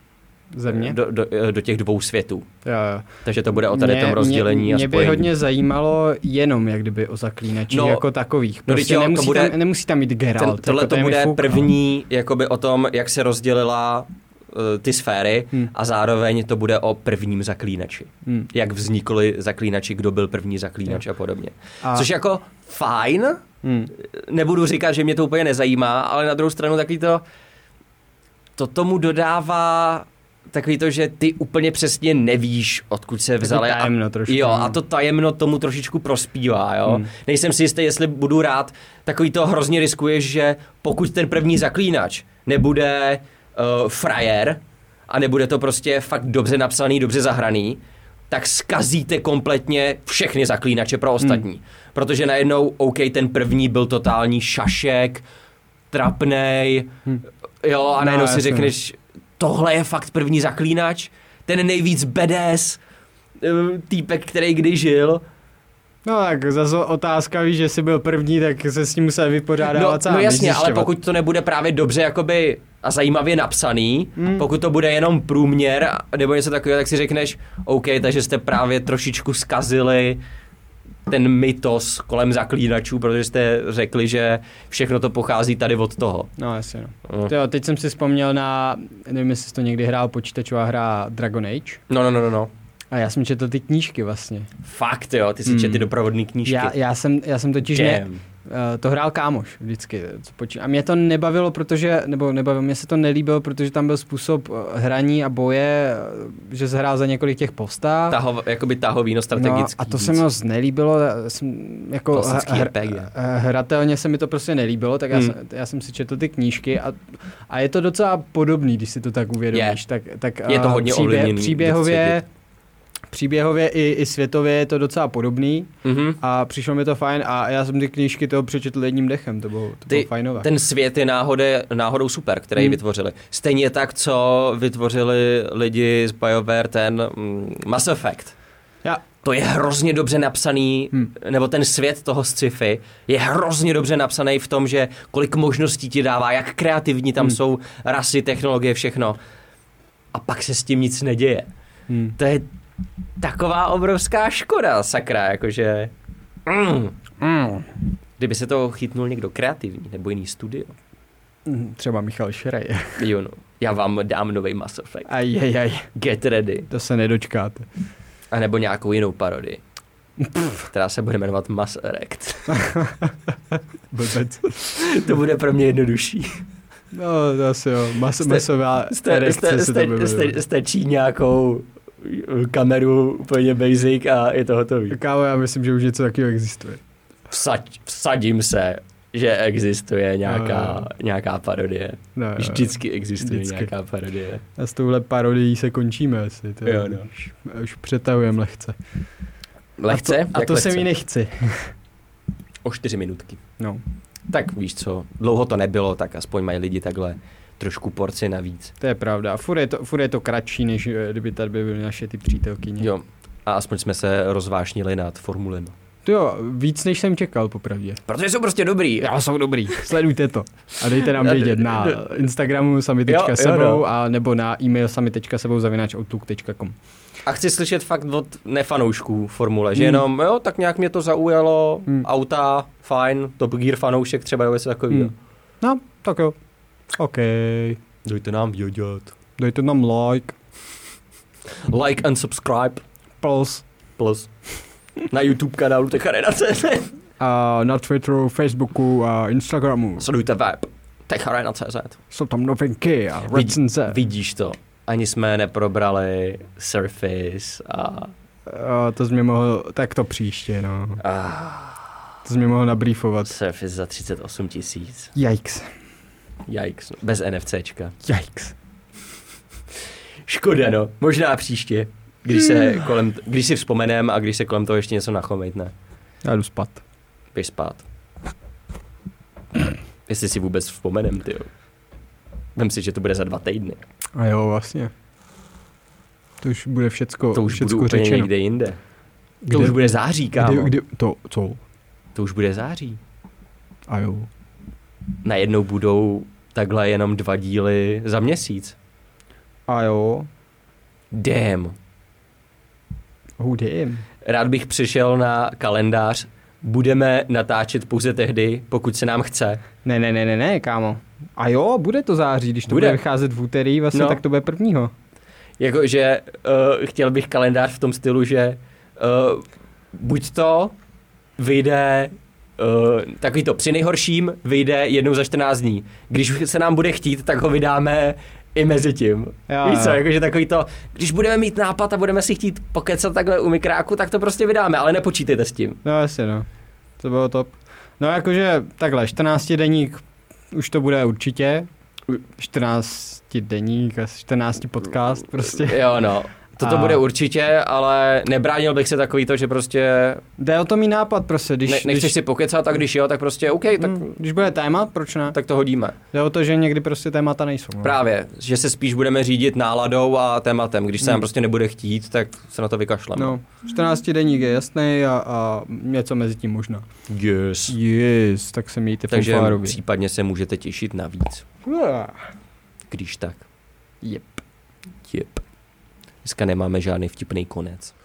země do, do, do těch dvou světů. Jo, jo. Takže to bude o tady mě, tom rozdělení mě, a spojení. Mě by hodně zajímalo jenom jak kdyby o Zaklínači no, jako takových. Prostě no, nemusí, to bude, tam, nemusí tam mít Geralt. Ten, tohle jako to bude první jakoby o tom, jak se rozdělila uh, ty sféry hmm. a zároveň to bude o prvním Zaklínači. Hmm. Jak vznikly Zaklínači, kdo byl první Zaklínač jo. a podobně. A... Což jako fajn, hmm. nebudu říkat, že mě to úplně nezajímá, ale na druhou stranu takový to, to tomu dodává takový to, že ty úplně přesně nevíš, odkud se vzali. Tajemno trošku. Jo, a to tajemno tomu trošičku prospívá, jo. Hmm. Nejsem si jistý, jestli budu rád, takový to hrozně riskuješ, že pokud ten první Zaklínač nebude uh, frajer a nebude to prostě fakt dobře napsaný, dobře zahraný, tak zkazíte kompletně všechny Zaklínače pro ostatní. Hmm. Protože najednou, OK, ten první byl totální šašek, trapnej, hmm. jo, a najednou no, si řekneš, tohle je fakt první Zaklínač, ten nejvíc badass týpek, který kdy žil. No tak zase otázka, víš, že jsi byl první, tak se s tím musel vypořádávat no, sám. No jasně, ale pokud to nebude právě dobře jakoby a zajímavě napsaný, hmm. pokud to bude jenom průměr nebo něco takového, tak si řekneš, OK, takže jste právě trošičku zkazili ten mytos kolem Zaklínačů, protože jste řekli, že všechno to pochází tady od toho. No jasně. No. No. Tyjo, teď jsem si vzpomněl na, nevím, jestli jsi to někdy hrál, počítačová hra Dragon Age. No, no, no, no. A já jsem četl ty knížky vlastně. Fakt jo, ty si hmm. četl ty doprovodný knížky. Já, já, jsem, já jsem totiž ne, uh, to hrál kámoš vždycky. Co počí... A mě to nebavilo, protože, nebo nebavilo, mě se to nelíbilo, protože tam byl způsob hraní a boje, že se hrál za několik těch postav. Taho, jakoby tahový, no strategický. No, a to se mi moc nelíbilo. Jsem, jako hr, hratelně se mi to prostě nelíbilo, tak hmm. já, jsem, já jsem si četl ty knížky a, a je to docela podobný, když si to tak uvědomíš. Je, tak, tak, je to hodně příběh, ovlivněný. Příběhově Příběhově i, i světově je to docela podobný mm-hmm. a přišlo mi to fajn a já jsem ty knížky toho přečetl jedním dechem, to bylo, to ty, bylo fajnové. Ten svět je náhode, náhodou super, který mm. vytvořili. Stejně tak, co vytvořili lidi z BioWare, ten mm, Mass Effect. Ja. To je hrozně dobře napsaný, hmm. nebo ten svět toho sci-fi je hrozně dobře napsaný v tom, že kolik možností ti dává, jak kreativní tam hmm. jsou rasy, technologie, všechno. A pak se s tím nic neděje. Hmm. To je taková obrovská škoda, sakra, jakože... Mm. Mm. Kdyby se to chytnul někdo kreativní, nebo jiný studio. Třeba Michal Šerej. Jo no, já vám dám nový Mass Effect. Aj, aj, aj. Get ready. To se nedočkáte. A nebo nějakou jinou parodii, která se bude jmenovat Mass Erect. To bude pro mě jednodušší. No, to asi jo. Mas, ste, masová erekce se to bude. Ste, stačí nějakou kameru úplně basic a je to hotový. Kámo, já myslím, že už něco takového existuje. Vsaď, vsadím se že existuje nějaká, no, nějaká parodie. No, vždycky existuje vždycky. nějaká parodie. A s touhle parodií se končíme asi. To jo, no. Už, už přetahujeme lehce. Lehce? A to, a to se mi nechci. O čtyři minutky. No. Tak víš co, dlouho to nebylo, tak aspoň mají lidi takhle trošku porci navíc. To je pravda. A furt je to, furt je to kratší, než kdyby tady byly naše ty přítelkyně. Jo. A aspoň jsme se rozvášnili nad formulemi. To jo, víc než jsem čekal, popravdě. Protože jsou prostě dobrý. Já jsou dobrý, sledujte to. A dejte nám vědět na Instagramu sami tečka sebou no. a nebo na e-mail sami tečka sebou zavináč outlook tečka com. A chci slyšet fakt od nefanoušků formule, že hmm. jenom, jo, tak nějak mě to zaujalo, hmm. auta, fajn, Top Gear fanoušek třeba, jo, jestli takový. Hmm. No, tak jo. OK. Dejte nám vědět. Dejte nám like. Like and subscribe. Plus. Plus. Na YouTube kanálu Tech Arena tečka cé zet. A na Twitteru, Facebooku a Instagramu. Sledujte web Tech Arena tečka cé zet. Jsou tam novinky a recenze. Vidíš to. Ani jsme neprobrali Surface a... a to jsi mě mohl, tak to příště, no. Ah. To jsi mě mohl nabrýfovat. Surface za třicet osm tisíc. Yikes. Yikes. Bez NFCčka. Yikes. Škoda, no. Možná příště. Když se kolem, když si vzpomenem a když se kolem toho ještě něco nachomejtne. Já jdu spát. Běž spát. Jestli si vůbec vzpomenem, tyjo. Vem si, že to bude za dva týdny. A jo, vlastně. To už bude všecko, to už všecko bude úplně řečeno. někde jinde. Kde, to už bude září, kámo. Kdy, kdy, to, co? To už bude září. A jo. Najednou budou takhle jenom dva díly za měsíc. A jo. Damn. Oh damn. Rád bych přišel na kalendář. Budeme natáčet pouze tehdy, pokud se nám chce. Ne, ne, ne, ne, ne, kámo. A jo, bude to září, když to bude, bude vycházet v úterý, vlastně no. Tak to bude prvního. Jakože uh, chtěl bych kalendář v tom stylu, že uh, buď to vyjde uh, takový to při nejhorším vyjde jednou za čtrnáct dní. Když se nám bude chtít, tak ho vydáme i mezi tím. Jo, víš co, jakože takový to, když budeme mít nápad a budeme si chtít pokecat takhle u mikráku, tak to prostě vydáme, ale nepočítejte s tím. No jasně, no. To bylo top. No jakože takhle, čtrnáctidenník už to bude určitě. čtrnáctidenník a čtrnácti podcast prostě. Jo no. Toto a... bude určitě, ale nebránil bych se takový to, že prostě... Jde o to mý nápad prostě, když... Ne, nechceš když... si pokecat a když jo, tak prostě OK, tak... Hmm, když bude téma, proč ne? Tak to hodíme. Jde o to, že někdy prostě témata nejsou. No. Právě, že se spíš budeme řídit náladou a tématem. Když se nám hmm. prostě nebude chtít, tak se na to vykašleme. No, čtrnáctidenník je jasný a, a něco mezi tím možná. Yes. Yes, tak se mějte takže fanfárově. Případně se můžete těšit na víc. Yeah. Když tak. Yep. Yep. Dneska nemáme žádný vtipný konec.